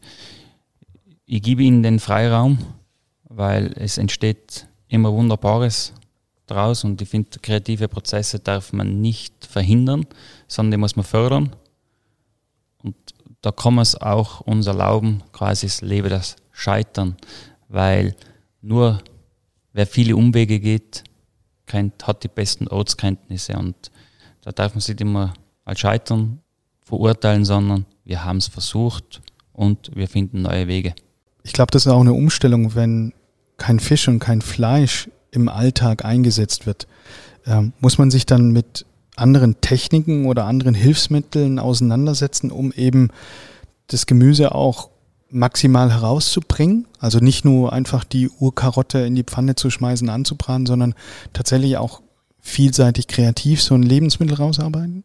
ich gebe ihnen den Freiraum, weil es entsteht immer Wunderbares daraus und ich finde, kreative Prozesse darf man nicht verhindern, sondern die muss man fördern. Und da kann man es auch uns erlauben, quasi das Leben das Scheitern, weil nur wer viele Umwege geht, hat die besten Ortskenntnisse und da darf man sich nicht immer als Scheitern verurteilen, sondern wir haben es versucht und wir finden neue Wege. Ich glaube, das ist auch eine Umstellung, wenn kein Fisch und kein Fleisch im Alltag eingesetzt wird. Muss man sich dann mit anderen Techniken oder anderen Hilfsmitteln auseinandersetzen, um eben das Gemüse auch maximal herauszubringen? Also nicht nur einfach die Urkarotte in die Pfanne zu schmeißen, anzubraten, sondern tatsächlich auch vielseitig kreativ so ein Lebensmittel rausarbeiten?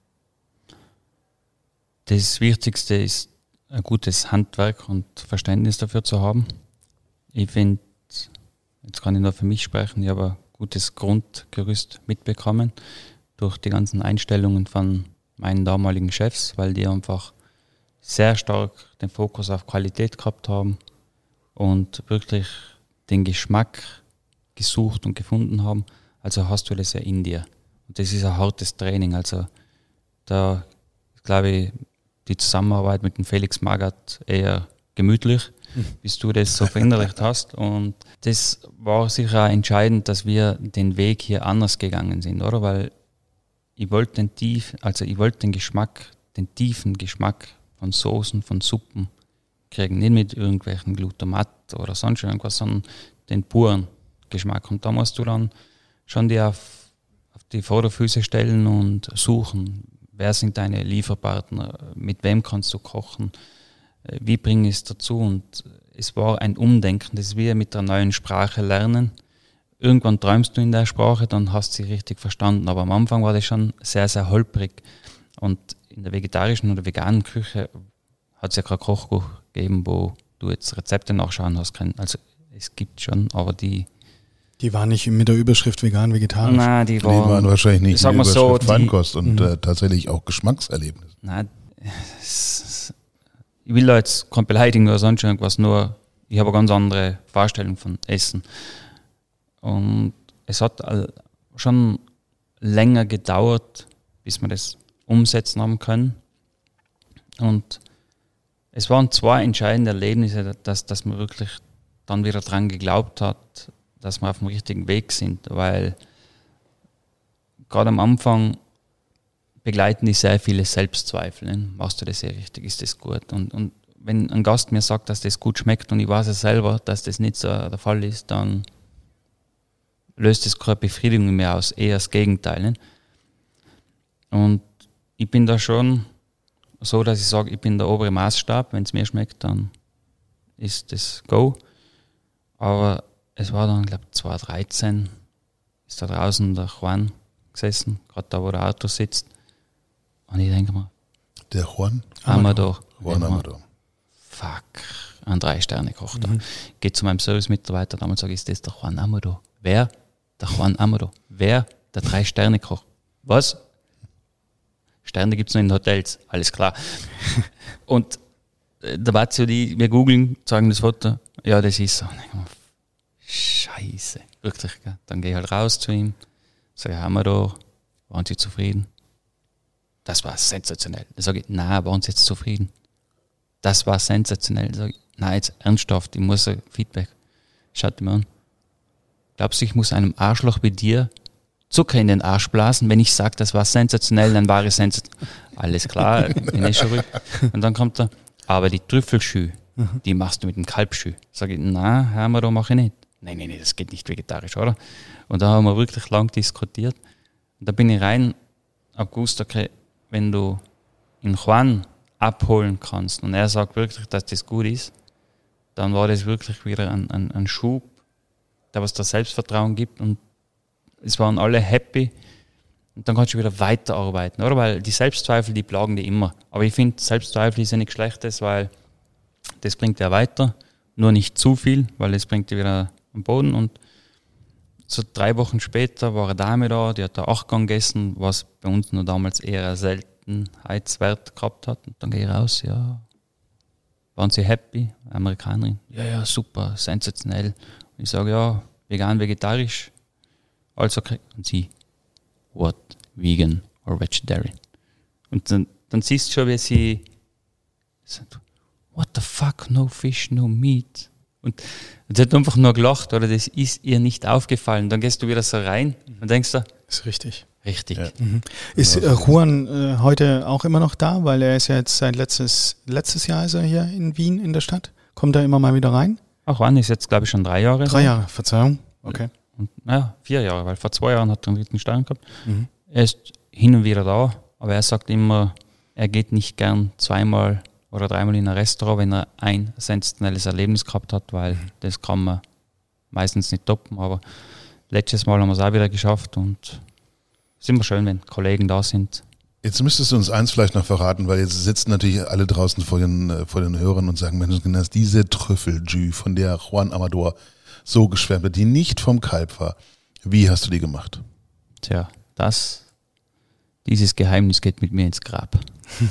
Das Wichtigste ist, ein gutes Handwerk und Verständnis dafür zu haben. Ich finde, jetzt kann ich nur für mich sprechen, ich habe ein gutes Grundgerüst mitbekommen durch die ganzen Einstellungen von meinen damaligen Chefs, weil die einfach sehr stark den Fokus auf Qualität gehabt haben und wirklich den Geschmack gesucht und gefunden haben. Also hast du das ja in dir. Und das ist ein hartes Training. Also da glaube ich, die Zusammenarbeit mit dem Felix Magath eher gemütlich, bis du das so verinnerlicht hast. Und das war sicher auch entscheidend, dass wir den Weg hier anders gegangen sind, oder? Weil ich wollte den tiefen Geschmack von Soßen, von Suppen kriegen. Nicht mit irgendwelchen Glutamat oder sonst irgendwas, sondern den puren Geschmack. Und da musst du dann schon die auf die Vorderfüße stellen und suchen. Wer sind deine Lieferpartner? Mit wem kannst du kochen? Wie bringe ich es dazu? Und es war ein Umdenken. Das ist wie mit einer neuen Sprache lernen. Irgendwann träumst du in der Sprache, dann hast du sie richtig verstanden. Aber am Anfang war das schon sehr, sehr holprig. Und in der vegetarischen oder veganen Küche hat es ja kein Kochbuch gegeben, wo du jetzt Rezepte nachschauen hast können. Also es gibt schon, aber die waren nicht mit der Überschrift vegan, vegetarisch? Nein, die waren wahrscheinlich nicht mit der Überschrift Feinkost und tatsächlich auch Geschmackserlebnis. Nein, ich will da jetzt kein beleidigen oder sonst irgendwas, nur ich habe eine ganz andere Vorstellung von Essen. Und es hat schon länger gedauert, bis wir das umsetzen haben können. Und es waren zwei entscheidende Erlebnisse, dass man wirklich dann wieder dran geglaubt hat, dass wir auf dem richtigen Weg sind, weil gerade am Anfang begleiten die sehr viele Selbstzweifel. Ne? Machst du das sehr richtig? Ist das gut? Und wenn ein Gast mir sagt, dass das gut schmeckt und ich weiß es selber, dass das nicht so der Fall ist, dann löst das keine Befriedigung mehr aus, eher das Gegenteil. Ne? Und ich bin da schon so, dass ich sage, ich bin der obere Maßstab. Wenn es mir schmeckt, dann ist das Go. Aber es war dann, glaube ich, 2013, ist da draußen der Juan gesessen, gerade da, wo der Auto sitzt. Und ich denke mir, der Juan Amador. Fuck, ein 3-Sterne-Koch da. Geht zu meinem Service-Mitarbeiter damals und sage, ist das der Juan Amador? Wer? Der Juan Amador. Wer? Der 3-Sterne-Koch. Was? Sterne gibt es nur in Hotels, alles klar. Und da war so wir googeln, zeigen das Foto, ja, das ist so. Scheiße, wirklich. Gell? Dann gehe ich halt raus zu ihm, sage, haben wir da, waren Sie zufrieden? Das war sensationell. Dann sage ich, nein, waren Sie jetzt zufrieden? Das war sensationell. Dann sage ich, nein, jetzt ernsthaft, ich muss ein Feedback. Schaut mir an. Glaubst du, ich muss einem Arschloch wie dir Zucker in den Arsch blasen? Wenn ich sage, das war sensationell, dann war es sensationell. Alles klar, bin ich schon ruhig. Und dann kommt er, aber die Trüffelschü, die machst du mit dem Kalbschü. Sage ich, nein, haben wir da, mache ich nicht. Nein, das geht nicht vegetarisch, oder? Und da haben wir wirklich lang diskutiert. Und da bin ich rein, auf gewusst, okay, wenn du in Juan abholen kannst und er sagt wirklich, dass das gut ist, dann war das wirklich wieder ein Schub, der was das Selbstvertrauen gibt und es waren alle happy und dann kannst du wieder weiterarbeiten, oder? Weil die Selbstzweifel, die plagen die immer. Aber ich finde, Selbstzweifel ist ja nichts Schlechtes, weil das bringt ja weiter, nur nicht zu viel, weil das bringt dich wieder am Boden. Und so 3 Wochen später war eine Dame da, die hat da 8 Gang gegessen, was bei uns nur damals eher einen Seltenheitswert gehabt hat. Und dann gehe ich raus, ja, waren sie happy, Amerikanerin, ja, super, sensationell. Und ich sage, ja, vegan, vegetarisch, alles okay. Und sie, what, vegan or vegetarian? Und dann siehst du schon, wie sie what the fuck, no fish, no meat. Und sie hat einfach nur gelacht, oder das ist ihr nicht aufgefallen. Dann gehst du wieder so rein und denkst du, ist richtig. Richtig. Ja. Ist Juan heute auch immer noch da? Weil er ist ja jetzt seit letztes Jahr ist er hier in Wien in der Stadt. Kommt er immer mal wieder rein? Auch Juan ist jetzt, glaube ich, schon 3 Jahre. 3 Jahre, Verzeihung. Okay. Und, 4 Jahre, weil vor 2 Jahren hat er einen 3. Stern gehabt. Er ist hin und wieder da, aber er sagt immer, er geht nicht gern 2-mal oder 3-mal in ein Restaurant, wenn er ein sensationelles Erlebnis gehabt hat, weil das kann man meistens nicht toppen. Aber letztes Mal haben wir es auch wieder geschafft und es ist immer schön, wenn Kollegen da sind. Jetzt müsstest du uns eins vielleicht noch verraten, weil jetzt sitzen natürlich alle draußen vor den Hörern und sagen, Mensch, diese Trüffeljus, von der Juan Amador so geschwärmt wird, die nicht vom Kalb war. Wie hast du die gemacht? Tja, dieses Geheimnis geht mit mir ins Grab.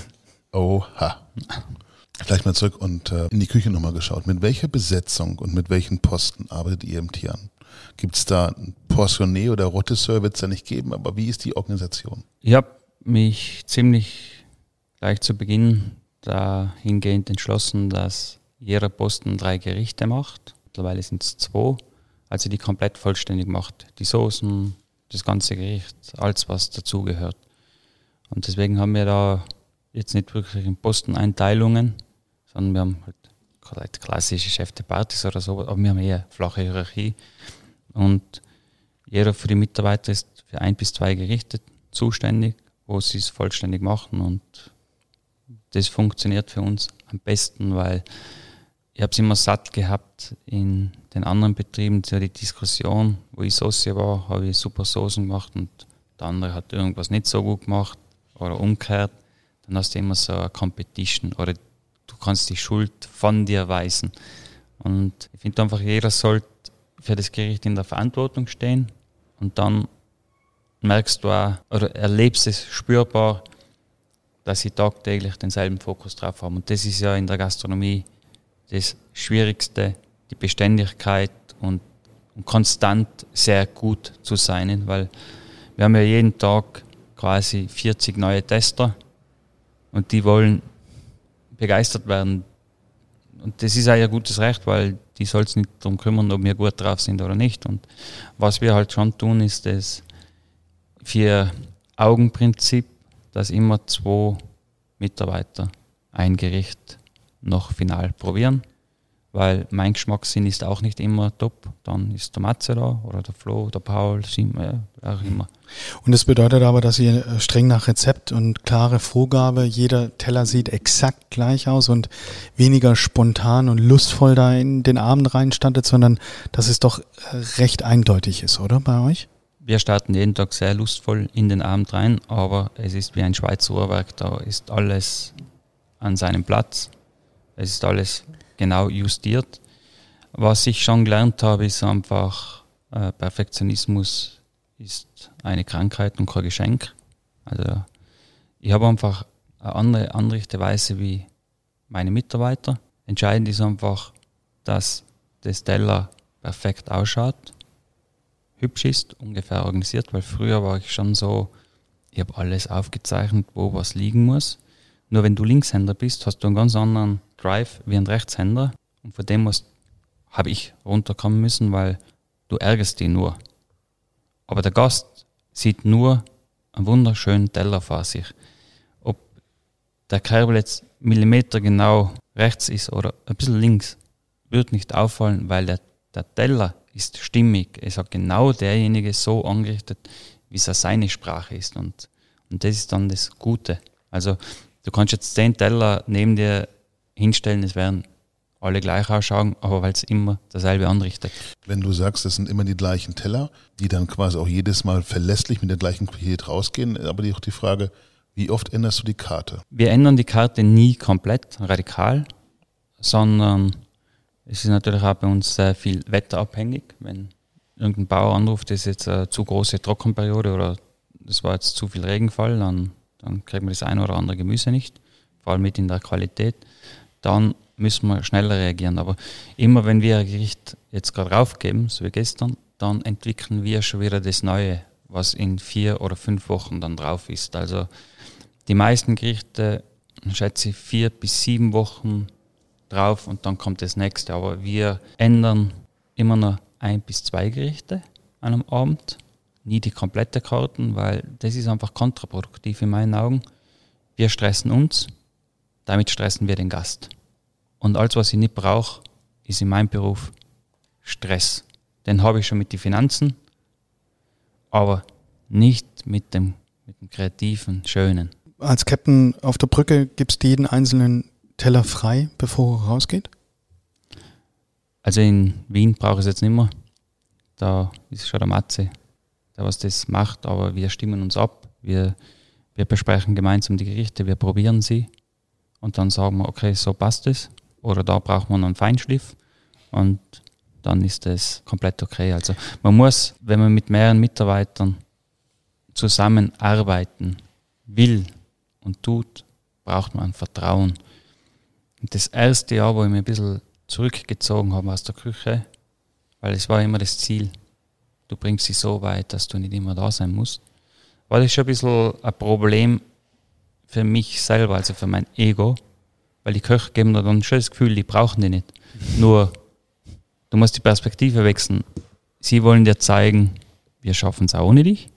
Oha. Gleich mal zurück und in die Küche nochmal geschaut. Mit welcher Besetzung und mit welchen Posten arbeitet ihr im Tian? Gibt es da ein Portionnaire oder Rotisseur, wird es da nicht geben, aber wie ist die Organisation? Ich habe mich ziemlich gleich zu Beginn dahingehend entschlossen, dass jeder Posten 3 Gerichte macht. Mittlerweile sind es 2, also die komplett vollständig macht. Die Soßen, das ganze Gericht, alles was dazugehört. Und deswegen haben wir da jetzt nicht wirklich in Posteneinteilungen, sondern wir haben halt klassische Chef de Parties oder so, aber wir haben eher flache Hierarchie. Und jeder für die Mitarbeiter ist für 1 bis 2 Gerichte zuständig, wo sie es vollständig machen. Und das funktioniert für uns am besten, weil ich habe es immer satt gehabt in den anderen Betrieben, so die Diskussion, wo ich Soße war, habe ich super Soßen gemacht und der andere hat irgendwas nicht so gut gemacht oder umgekehrt. Dann hast du immer so eine Competition oder du kannst die Schuld von dir weisen. Und ich finde einfach, jeder sollte für das Gericht in der Verantwortung stehen und dann merkst du auch oder erlebst es spürbar, dass sie tagtäglich denselben Fokus drauf haben. Und das ist ja in der Gastronomie das Schwierigste, die Beständigkeit und konstant sehr gut zu sein, weil wir haben ja jeden Tag quasi 40 neue Tester und die wollen begeistert werden. Und das ist auch ein gutes Recht, weil die soll es nicht darum kümmern, ob wir gut drauf sind oder nicht. Und was wir halt schon tun, ist das 4-Augen-Prinzip, dass immer 2 Mitarbeiter ein Gericht noch final probieren, weil mein Geschmackssinn ist auch nicht immer top. Dann ist der Matze da oder der Flo, der Paul, auch immer. Und das bedeutet aber, dass ihr streng nach Rezept und klare Vorgabe, jeder Teller sieht exakt gleich aus und weniger spontan und lustvoll da in den Abend reinstattet, sondern dass es doch recht eindeutig ist, oder bei euch? Wir starten jeden Tag sehr lustvoll in den Abend rein, aber es ist wie ein Schweizer Uhrwerk, da ist alles an seinem Platz. Es ist alles genau justiert. Was ich schon gelernt habe, ist einfach, Perfektionismus ist eine Krankheit und kein Geschenk. Also ich habe einfach eine andere Anrichteweise wie meine Mitarbeiter. Entscheidend ist einfach, dass das Teller perfekt ausschaut, hübsch ist, ungefähr organisiert, weil früher war ich schon so, ich habe alles aufgezeichnet, wo was liegen muss. Nur wenn du Linkshänder bist, hast du einen ganz anderen Drive wie ein Rechtshänder. Und von dem habe ich runterkommen müssen, weil du ärgerst dich nur. Aber der Gast sieht nur einen wunderschönen Teller vor sich. Ob der Kerbel jetzt Millimeter genau rechts ist oder ein bisschen links, wird nicht auffallen, weil der Teller ist stimmig. Es hat genau derjenige so angerichtet, wie es seine Sprache ist. Und das ist dann das Gute. Also du kannst jetzt 10 Teller neben dir hinstellen, es werden alle gleich ausschauen, aber weil es immer dasselbe anrichtet. Wenn du sagst, das sind immer die gleichen Teller, die dann quasi auch jedes Mal verlässlich mit der gleichen Qualität rausgehen, aber auch die Frage, wie oft änderst du die Karte? Wir ändern die Karte nie komplett radikal, sondern es ist natürlich auch bei uns sehr viel wetterabhängig. Wenn irgendein Bauer anruft, das ist jetzt eine zu große Trockenperiode oder das war jetzt zu viel Regenfall, dann kriegen wir das eine oder andere Gemüse nicht, vor allem mit in der Qualität. Dann müssen wir schneller reagieren. Aber immer wenn wir ein Gericht jetzt gerade raufgeben, so wie gestern, dann entwickeln wir schon wieder das Neue, was in 4 oder 5 Wochen dann drauf ist. Also die meisten Gerichte schätze ich 4 bis 7 Wochen drauf und dann kommt das nächste. Aber wir ändern immer noch 1 bis 2 Gerichte an einem Abend, nie die komplette Karten, weil das ist einfach kontraproduktiv in meinen Augen. Wir stressen uns, damit stressen wir den Gast. Und alles, was ich nicht brauche, ist in meinem Beruf Stress. Den habe ich schon mit den Finanzen, aber nicht mit dem kreativen, schönen. Als Captain auf der Brücke gibst du jeden einzelnen Teller frei, bevor er rausgeht? Also in Wien brauche ich es jetzt nicht mehr. Da ist schon der Matze, der was das macht, aber wir stimmen uns ab. Wir besprechen gemeinsam die Gerichte, wir probieren sie und dann sagen wir, okay, so passt es. Oder da braucht man einen Feinschliff und dann ist das komplett okay. Also man muss, wenn man mit mehreren Mitarbeitern zusammenarbeiten will und tut, braucht man Vertrauen. Und das erste Jahr, wo ich mich ein bisschen zurückgezogen habe aus der Küche, weil es war immer das Ziel, du bringst sie so weit, dass du nicht immer da sein musst, war das schon ein bisschen ein Problem für mich selber, also für mein Ego, weil die Köche geben dir dann schon das Gefühl, die brauchen die nicht. Nur, du musst die Perspektive wechseln. Sie wollen dir zeigen, wir schaffen es auch ohne dich,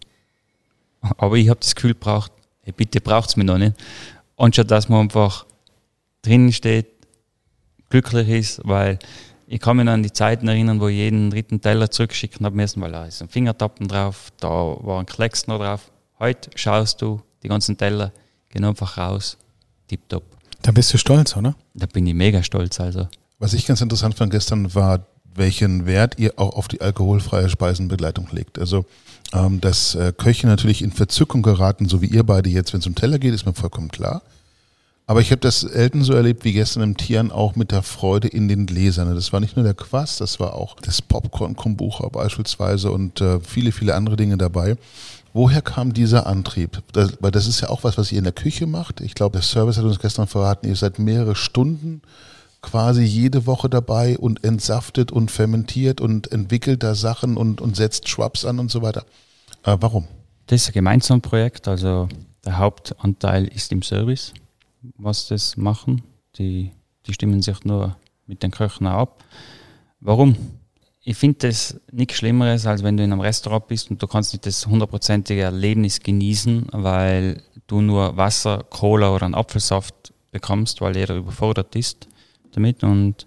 aber ich habe das Gefühl gebraucht, hey, bitte braucht es mich noch nicht. Und schon, dass man einfach drinnen steht, glücklich ist, weil ich kann mich noch an die Zeiten erinnern, wo ich jeden 3. Teller zurückschicken habe müssen, weil da ist ein Fingertappen drauf, da war ein Klecks noch drauf. Heute schaust du, die ganzen Teller gehen einfach raus, tipptopp. Da bist du stolz, oder? Da bin ich mega stolz. Also. Was ich ganz interessant fand gestern war, welchen Wert ihr auch auf die alkoholfreie Speisenbegleitung legt. Also, dass Köche natürlich in Verzückung geraten, so wie ihr beide jetzt, wenn es um Teller geht, ist mir vollkommen klar. Aber ich habe das selten so erlebt wie gestern im Tieren, auch mit der Freude in den Gläsern. Das war nicht nur der Kvass, das war auch das Popcorn-Kombucha beispielsweise und viele, viele andere Dinge dabei. Woher kam dieser Antrieb? Weil das ist ja auch was ihr in der Küche macht. Ich glaube, der Service hat uns gestern verraten, ihr seid mehrere Stunden quasi jede Woche dabei und entsaftet und fermentiert und entwickelt da Sachen und setzt Shrubs an und so weiter. Warum? Das ist ein gemeinsames Projekt, also der Hauptanteil ist im Service, was das machen. Die stimmen sich nur mit den Köchen auch ab. Warum? Ich finde das nichts Schlimmeres, als wenn du in einem Restaurant bist und du kannst nicht das 100%ige Erlebnis genießen, weil du nur Wasser, Cola oder einen Apfelsaft bekommst, weil jeder überfordert ist damit. Und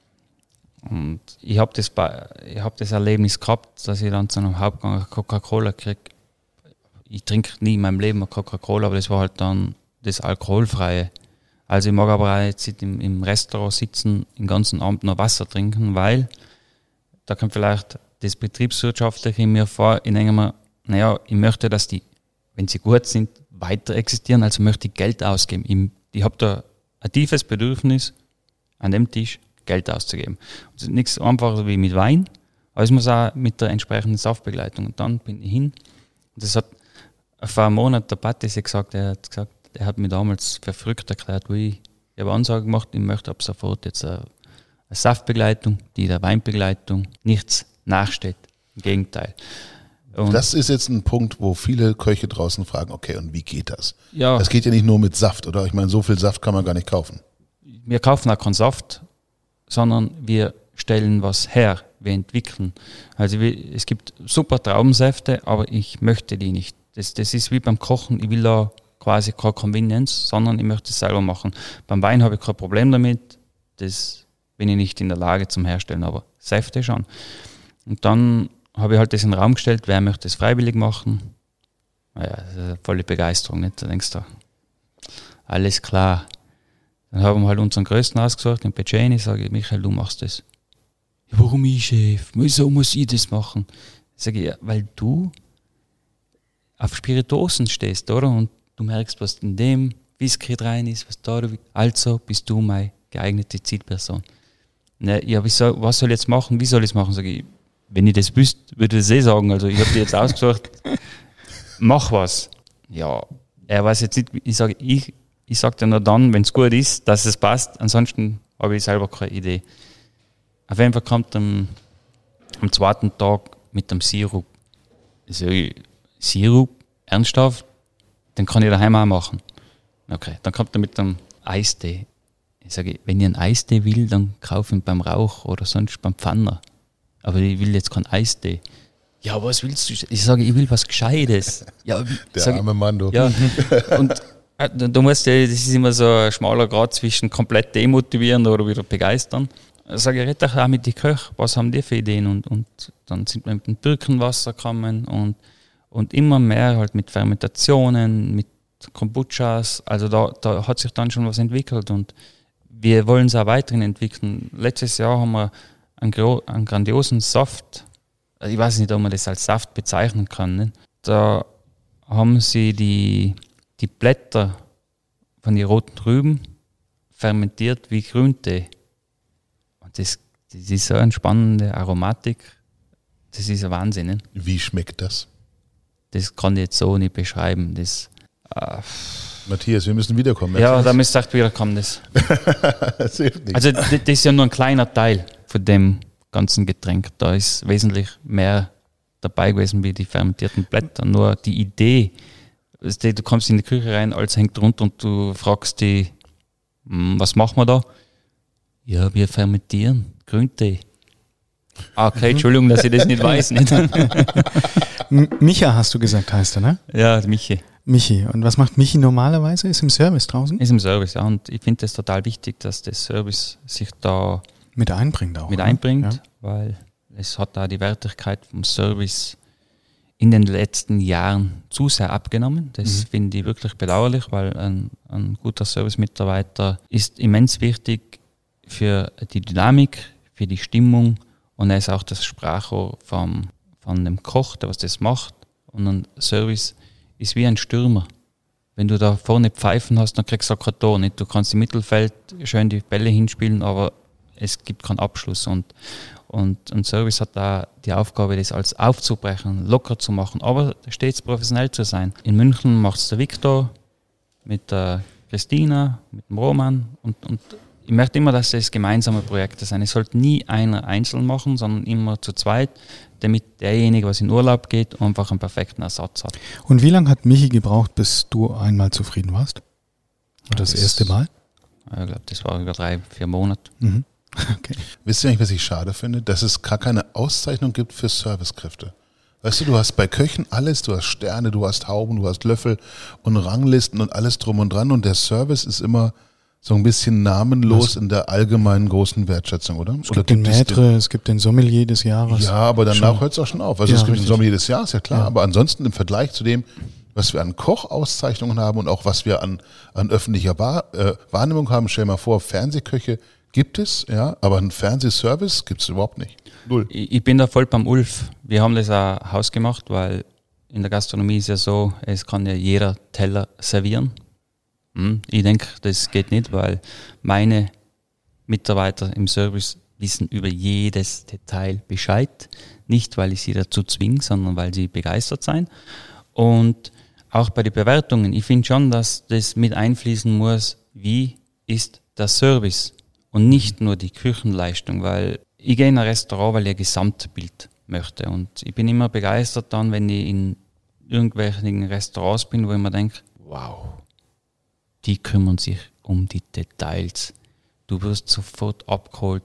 ich habe das Erlebnis gehabt, dass ich dann zu einem Hauptgang Coca-Cola kriege. Ich trinke nie in meinem Leben eine Coca-Cola, aber das war halt dann das Alkoholfreie. Also ich mag aber auch jetzt im Restaurant sitzen, den ganzen Abend noch Wasser trinken, weil da kommt vielleicht das Betriebswirtschaftliche in mir vor. Ich denke mir, naja, ich möchte, dass die, wenn sie gut sind, weiter existieren, also möchte ich Geld ausgeben. Ich habe da ein tiefes Bedürfnis, an dem Tisch Geld auszugeben. Das ist nichts einfacher wie mit Wein, aber es muss auch mit der entsprechenden Saftbegleitung. Und dann bin ich hin. Und das hat vor einem Monat der Pattis gesagt, er hat mich damals für verrückt erklärt, ich habe Ansage gemacht, ich möchte ab sofort jetzt eine Saftbegleitung, die der Weinbegleitung nichts nachsteht. Im Gegenteil. Und das ist jetzt ein Punkt, wo viele Köche draußen fragen, okay, und wie geht das? Ja, Das geht ja nicht nur mit Saft, oder? Ich meine, so viel Saft kann man gar nicht kaufen. wir kaufen auch keinen Saft, sondern wir stellen was her, wir entwickeln. Also es gibt super Traubensäfte, aber ich möchte die nicht. Das ist wie beim Kochen, ich will da quasi keine Convenience, sondern ich möchte es selber machen. Beim Wein habe ich kein Problem damit, das bin ich nicht in der Lage zum Herstellen, aber Säfte schon. Und dann habe ich halt das in den Raum gestellt, wer möchte es freiwillig machen? Naja, das ist eine volle Begeisterung, nicht? Da denkst du, alles klar. Dann haben wir halt unseren Größten ausgesucht, den Peceni, sage ich, Michael, du machst das. Ja, warum ich, Chef? Wieso muss ich das machen? Sage ich, ja, weil du auf Spirituosen stehst, oder? Und du merkst, was in dem Whisky rein ist, was da, also bist du meine geeignete Zielperson. Ja, was soll ich jetzt machen? Wie soll ich es machen? Sage ich, wenn ich das wüsste, würde ich das sagen. Also ich habe dir jetzt ausgesucht, mach was. Ja, er weiß jetzt nicht, ich sage dir nur dann, wenn es gut ist, dass es passt. Ansonsten habe ich selber keine Idee. Auf jeden Fall kommt am zweiten Tag mit dem Sirup. Ich sage, Sirup, ernsthaft? Den kann ich daheim auch machen. Okay, dann kommt er mit dem Eistee. Ich sage, wenn ich einen Eistee will, dann kaufe ich ihn beim Rauch oder sonst beim Pfanner. Aber ich will jetzt keinen Eistee. Ja, was willst du? Ich sage, ich will was Gescheites. Ja, arme Mann, du. Ja, und du musst ja, das ist immer so ein schmaler Grad zwischen komplett demotivieren oder wieder begeistern. Ich sage, ich rede auch mit den Köchen, was haben die für Ideen? Und dann sind wir mit dem Birkenwasser gekommen und immer mehr halt mit Fermentationen, mit Kombuchas. Also da hat sich dann schon was entwickelt und wir wollen es auch weiterhin entwickeln. Letztes Jahr haben wir einen grandiosen Saft, ich weiß nicht, ob man das als Saft bezeichnen kann. Ne? Da haben sie die Blätter von den roten Rüben fermentiert wie Grüntee. Und das ist so eine spannende Aromatik, das ist ein Wahnsinn. Ne? Wie schmeckt das? Das kann ich jetzt so nicht beschreiben. Matthias, wir müssen wiederkommen. Ja, da müsst ihr echt wiederkommen. Das hilft nicht. Also das ist ja nur ein kleiner Teil von dem ganzen Getränk. Da ist wesentlich mehr dabei gewesen wie die fermentierten Blätter. Nur die Idee, du kommst in die Küche rein, alles hängt drunter und du fragst die, was machen wir da? Ja, wir fermentieren Grüntee. Okay, Entschuldigung, dass ich das nicht weiß. Nicht? Micha hast du gesagt, heißt er, ne? Ja, Michi. Michi. Und was macht Michi normalerweise? Ist im Service draußen? Ist im Service, ja. Und ich finde es total wichtig, dass der Service sich da mit einbringt auch. Ja. Weil es hat da die Wertigkeit vom Service in den letzten Jahren zu sehr abgenommen. Das finde ich wirklich bedauerlich, weil ein guter Service-Mitarbeiter ist immens wichtig für die Dynamik, für die Stimmung und er ist auch das Sprachrohr von dem Koch, der was das macht. Und ein Service ist wie ein Stürmer. Wenn du da vorne Pfeifen hast, dann kriegst du auch kein Tor nicht. Du kannst im Mittelfeld schön die Bälle hinspielen, aber es gibt keinen Abschluss. Und ein Service hat da die Aufgabe, das alles aufzubrechen, locker zu machen, aber stets professionell zu sein. In München macht es der Viktor mit der Christina, mit dem Roman und ich möchte immer, dass es gemeinsame Projekte sind. Es sollte nie einer einzeln machen, sondern immer zu zweit, damit derjenige, was in Urlaub geht, einfach einen perfekten Ersatz hat. Und wie lange hat Michi gebraucht, bis du einmal zufrieden warst? Oder das erste Mal? Ich glaube, das war über 3-4 Monate. Mhm. Okay. Wisst ihr eigentlich, was ich schade finde? Dass es gar keine Auszeichnung gibt für Servicekräfte. Weißt du hast bei Köchen alles, du hast Sterne, du hast Hauben, du hast Löffel und Ranglisten und alles drum und dran und der Service ist immer so ein bisschen namenlos in der allgemeinen großen Wertschätzung, oder? Es gibt den Maître, es gibt den Sommelier des Jahres. Ja, aber danach hört es auch schon auf. Also ja, es gibt den Sommelier des Jahres, ja klar, aber ansonsten im Vergleich zu dem, was wir an Kochauszeichnungen haben und auch was wir an öffentlicher Wahrnehmung haben, stell dir mal vor, Fernsehköche gibt es, ja, aber einen Fernsehservice gibt es überhaupt nicht. Null. Ich bin da voll beim Ulf. Wir haben das auch hausgemacht, weil in der Gastronomie ist ja so, es kann ja jeder Teller servieren. Ich denke, das geht nicht, weil meine Mitarbeiter im Service wissen über jedes Detail Bescheid. Nicht, weil ich sie dazu zwinge, sondern weil sie begeistert sein. Und auch bei den Bewertungen, ich finde schon, dass das mit einfließen muss, wie ist der Service und nicht nur die Küchenleistung, weil ich gehe in ein Restaurant, weil ich ein Gesamtbild möchte. Und ich bin immer begeistert dann, wenn ich in irgendwelchen Restaurants bin, wo ich mir denke, wow, die kümmern sich um die Details. Du wirst sofort abgeholt,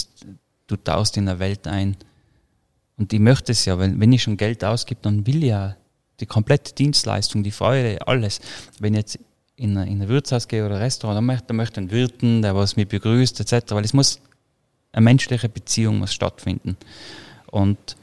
du tauchst in der Welt ein. Und ich möchte es ja, weil wenn ich schon Geld ausgebe, dann will ich ja die komplette Dienstleistung, die Freude, alles. Wenn ich jetzt in ein Wirtshaus gehe oder ein Restaurant, dann möchte ein Wirten, der was mich begrüßt, etc., weil es muss eine menschliche Beziehung muss stattfinden. Und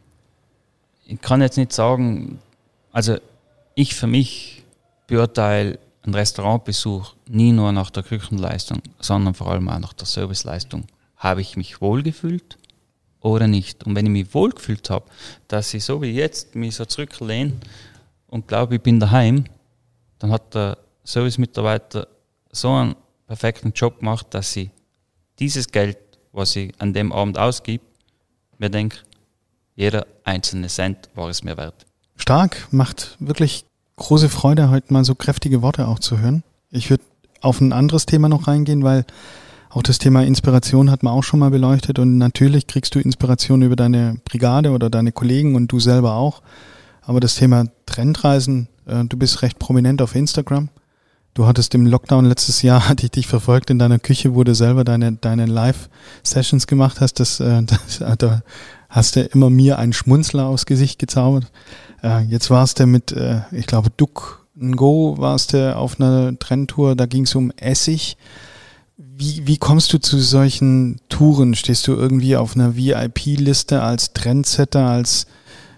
ich kann jetzt nicht sagen, also ich für mich beurteile einen Restaurantbesuch nie nur nach der Küchenleistung, sondern vor allem auch nach der Serviceleistung. Habe ich mich wohlgefühlt oder nicht? Und wenn ich mich wohlgefühlt habe, dass ich so wie jetzt mich so zurücklehne und glaube, ich bin daheim, dann hat der Servicemitarbeiter so einen perfekten Job gemacht, dass ich dieses Geld, was ich an dem Abend ausgebe, mir denke, jeder einzelne Cent war es mir wert. Stark, macht wirklich große Freude, heute mal so kräftige Worte auch zu hören. Ich würde auf ein anderes Thema noch reingehen, weil auch das Thema Inspiration hat man auch schon mal beleuchtet und natürlich kriegst du Inspiration über deine Brigade oder deine Kollegen und du selber auch. Aber das Thema Trendreisen, du bist recht prominent auf Instagram. Du hattest im Lockdown letztes Jahr, hatte ich dich verfolgt in deiner Küche, wo du selber deine Live-Sessions gemacht hast. Da hast du immer mir einen Schmunzler aufs Gesicht gezaubert. Jetzt warst du mit, ich glaube, Duck & Go warst du auf einer Trendtour, da ging es um Essig. Wie kommst du zu solchen Touren? Stehst du irgendwie auf einer VIP-Liste als Trendsetter, als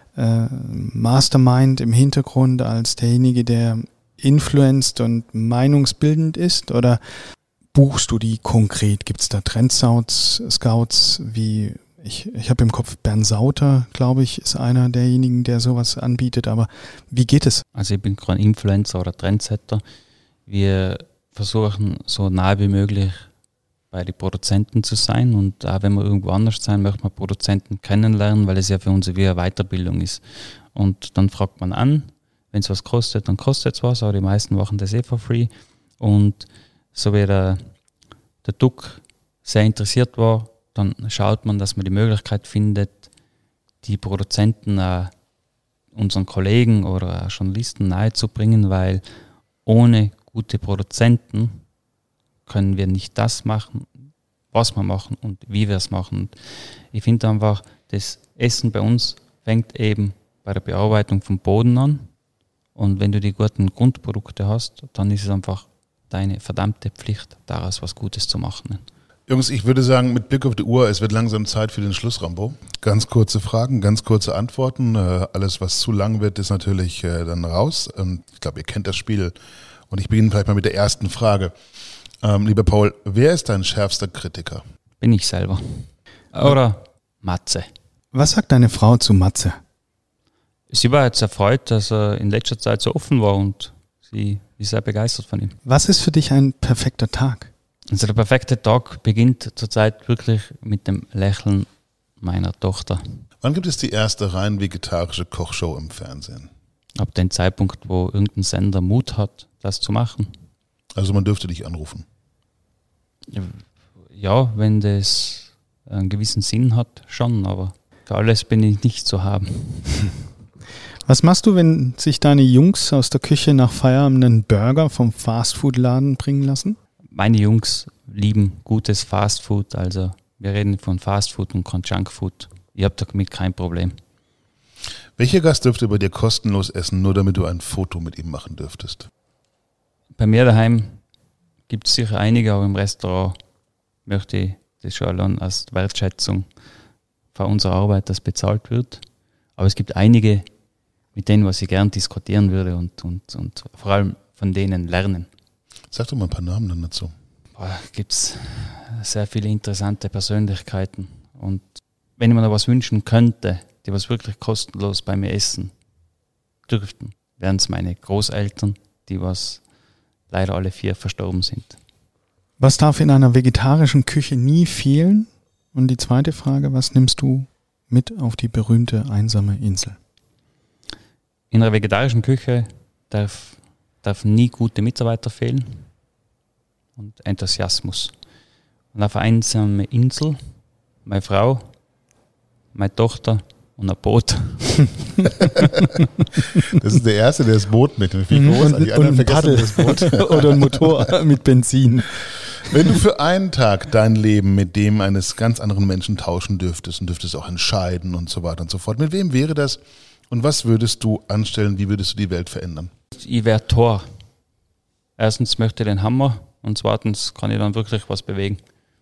Mastermind im Hintergrund, als derjenige, der influenced und meinungsbildend ist? Oder buchst du die konkret? Gibt es da Trendscouts wie, ich habe im Kopf Bernd Sauter, glaube ich, ist einer derjenigen, der sowas anbietet. Aber wie geht es? Also ich bin kein Influencer oder Trendsetter. Wir versuchen so nah wie möglich bei den Produzenten zu sein, und auch wenn wir irgendwo anders sein, möchten wir Produzenten kennenlernen, weil es ja für uns wie eine Weiterbildung ist. Und dann fragt man an, wenn es was kostet, dann kostet es was, aber die meisten machen das for free. Und so wie der Duck sehr interessiert war, dann schaut man, dass man die Möglichkeit findet, die Produzenten unseren Kollegen oder auch Journalisten nahezubringen, weil ohne gute Produzenten können wir nicht das machen, was wir machen und wie wir es machen. Und ich finde einfach, das Essen bei uns fängt eben bei der Bearbeitung vom Boden an. Und wenn du die guten Grundprodukte hast, dann ist es einfach deine verdammte Pflicht, daraus was Gutes zu machen. Jungs, ich würde sagen, mit Blick auf die Uhr, es wird langsam Zeit für den Schluss, Rambo. Ganz kurze Fragen, ganz kurze Antworten. Alles, was zu lang wird, ist natürlich dann raus. Ich glaube, ihr kennt das Spiel. Und ich beginne vielleicht mal mit der ersten Frage. Lieber Paul, wer ist dein schärfster Kritiker? Bin ich selber. Oder Matze. Was sagt deine Frau zu Matze? Sie war jetzt erfreut, dass er in letzter Zeit so offen war, und sie ist sehr begeistert von ihm. Was ist für dich ein perfekter Tag? Also der perfekte Tag beginnt zurzeit wirklich mit dem Lächeln meiner Tochter. Wann gibt es die erste rein vegetarische Kochshow im Fernsehen? Ab dem Zeitpunkt, wo irgendein Sender Mut hat, das zu machen. Also man dürfte dich anrufen. Ja, wenn das einen gewissen Sinn hat, schon, aber für alles bin ich nicht zu haben. Was machst du, wenn sich deine Jungs aus der Küche nach Feierabend einen Burger vom Fastfood-Laden bringen lassen? Meine Jungs lieben gutes Fastfood, also wir reden von Fastfood und kein Junkfood. Ich habe damit kein Problem. Welcher Gast dürfte bei dir kostenlos essen, nur damit du ein Foto mit ihm machen dürftest? Bei mir daheim gibt es sicher einige, aber im Restaurant möchte ich das schon allein als Wertschätzung für unsere Arbeit, das bezahlt wird. Aber es gibt einige, mit denen was ich gern diskutieren würde und vor allem von denen lernen. Sag doch mal ein paar Namen dann dazu. Gibt es sehr viele interessante Persönlichkeiten. Und wenn ich mir noch was wünschen könnte, die was wirklich kostenlos bei mir essen dürften, wären es meine Großeltern, die was leider alle 4 verstorben sind. Was darf in einer vegetarischen Küche nie fehlen? Und die zweite Frage, was nimmst du mit auf die berühmte einsame Insel? In einer vegetarischen Küche darf nie gute Mitarbeiter fehlen und Enthusiasmus. Und auf einer einsamen Insel meine Frau, meine Tochter und ein Boot. Das ist der Erste, der das Boot mitnimmt. Wie groß? Und ein Paddel das Boot. Oder ein Motor mit Benzin. Wenn du für einen Tag dein Leben mit dem eines ganz anderen Menschen tauschen dürftest und dürftest auch entscheiden und so weiter und so fort, mit wem wäre das und was würdest du anstellen, wie würdest du die Welt verändern? Ich wäre Thor. Erstens möchte ich den Hammer und zweitens kann ich dann wirklich was bewegen.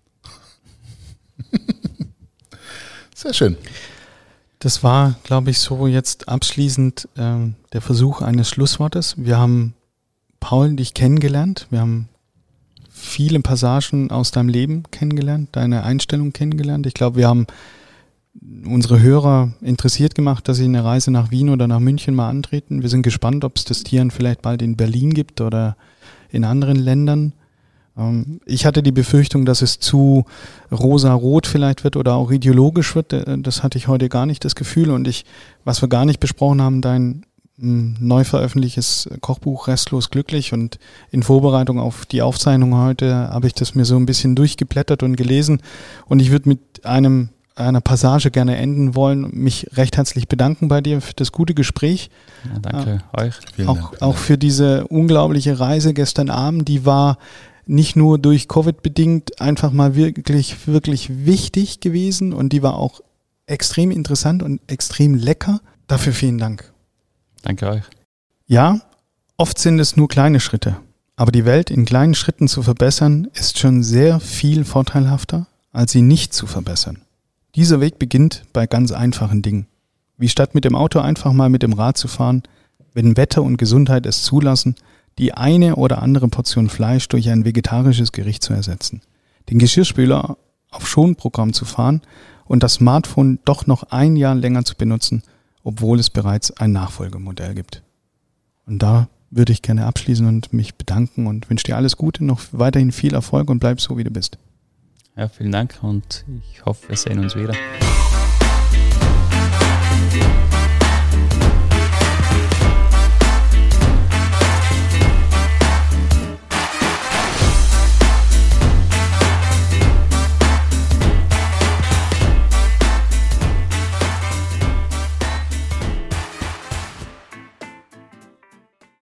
Sehr schön. Das war, glaube ich, so jetzt abschließend der Versuch eines Schlusswortes. Wir haben, Paul, dich kennengelernt. Wir haben viele Passagen aus deinem Leben kennengelernt, deine Einstellung kennengelernt. Ich glaube, wir haben unsere Hörer interessiert gemacht, dass sie eine Reise nach Wien oder nach München mal antreten. Wir sind gespannt, ob es das Tieren vielleicht bald in Berlin gibt oder in anderen Ländern. Ich hatte die Befürchtung, dass es zu rosa-rot vielleicht wird oder auch ideologisch wird. Das hatte ich heute gar nicht das Gefühl. Und was wir gar nicht besprochen haben, dein neu veröffentlichtes Kochbuch Restlos glücklich. Und in Vorbereitung auf die Aufzeichnung heute habe ich das mir so ein bisschen durchgeblättert und gelesen. Und ich würde mit einem einer Passage gerne enden wollen. Mich recht herzlich bedanken bei dir für das gute Gespräch. Ja, danke euch. Auch für diese unglaubliche Reise gestern Abend. Die war nicht nur durch Covid bedingt einfach mal wirklich, wirklich wichtig gewesen und die war auch extrem interessant und extrem lecker. Dafür vielen Dank. Danke euch. Ja, oft sind es nur kleine Schritte. Aber die Welt in kleinen Schritten zu verbessern, ist schon sehr viel vorteilhafter, als sie nicht zu verbessern. Dieser Weg beginnt bei ganz einfachen Dingen. Wie statt mit dem Auto einfach mal mit dem Rad zu fahren, wenn Wetter und Gesundheit es zulassen, die eine oder andere Portion Fleisch durch ein vegetarisches Gericht zu ersetzen, den Geschirrspüler auf Schonprogramm zu fahren und das Smartphone doch noch ein Jahr länger zu benutzen, obwohl es bereits ein Nachfolgemodell gibt. Und da würde ich gerne abschließen und mich bedanken und wünsche dir alles Gute, noch weiterhin viel Erfolg und bleib so, wie du bist. Ja, vielen Dank und ich hoffe, wir sehen uns wieder.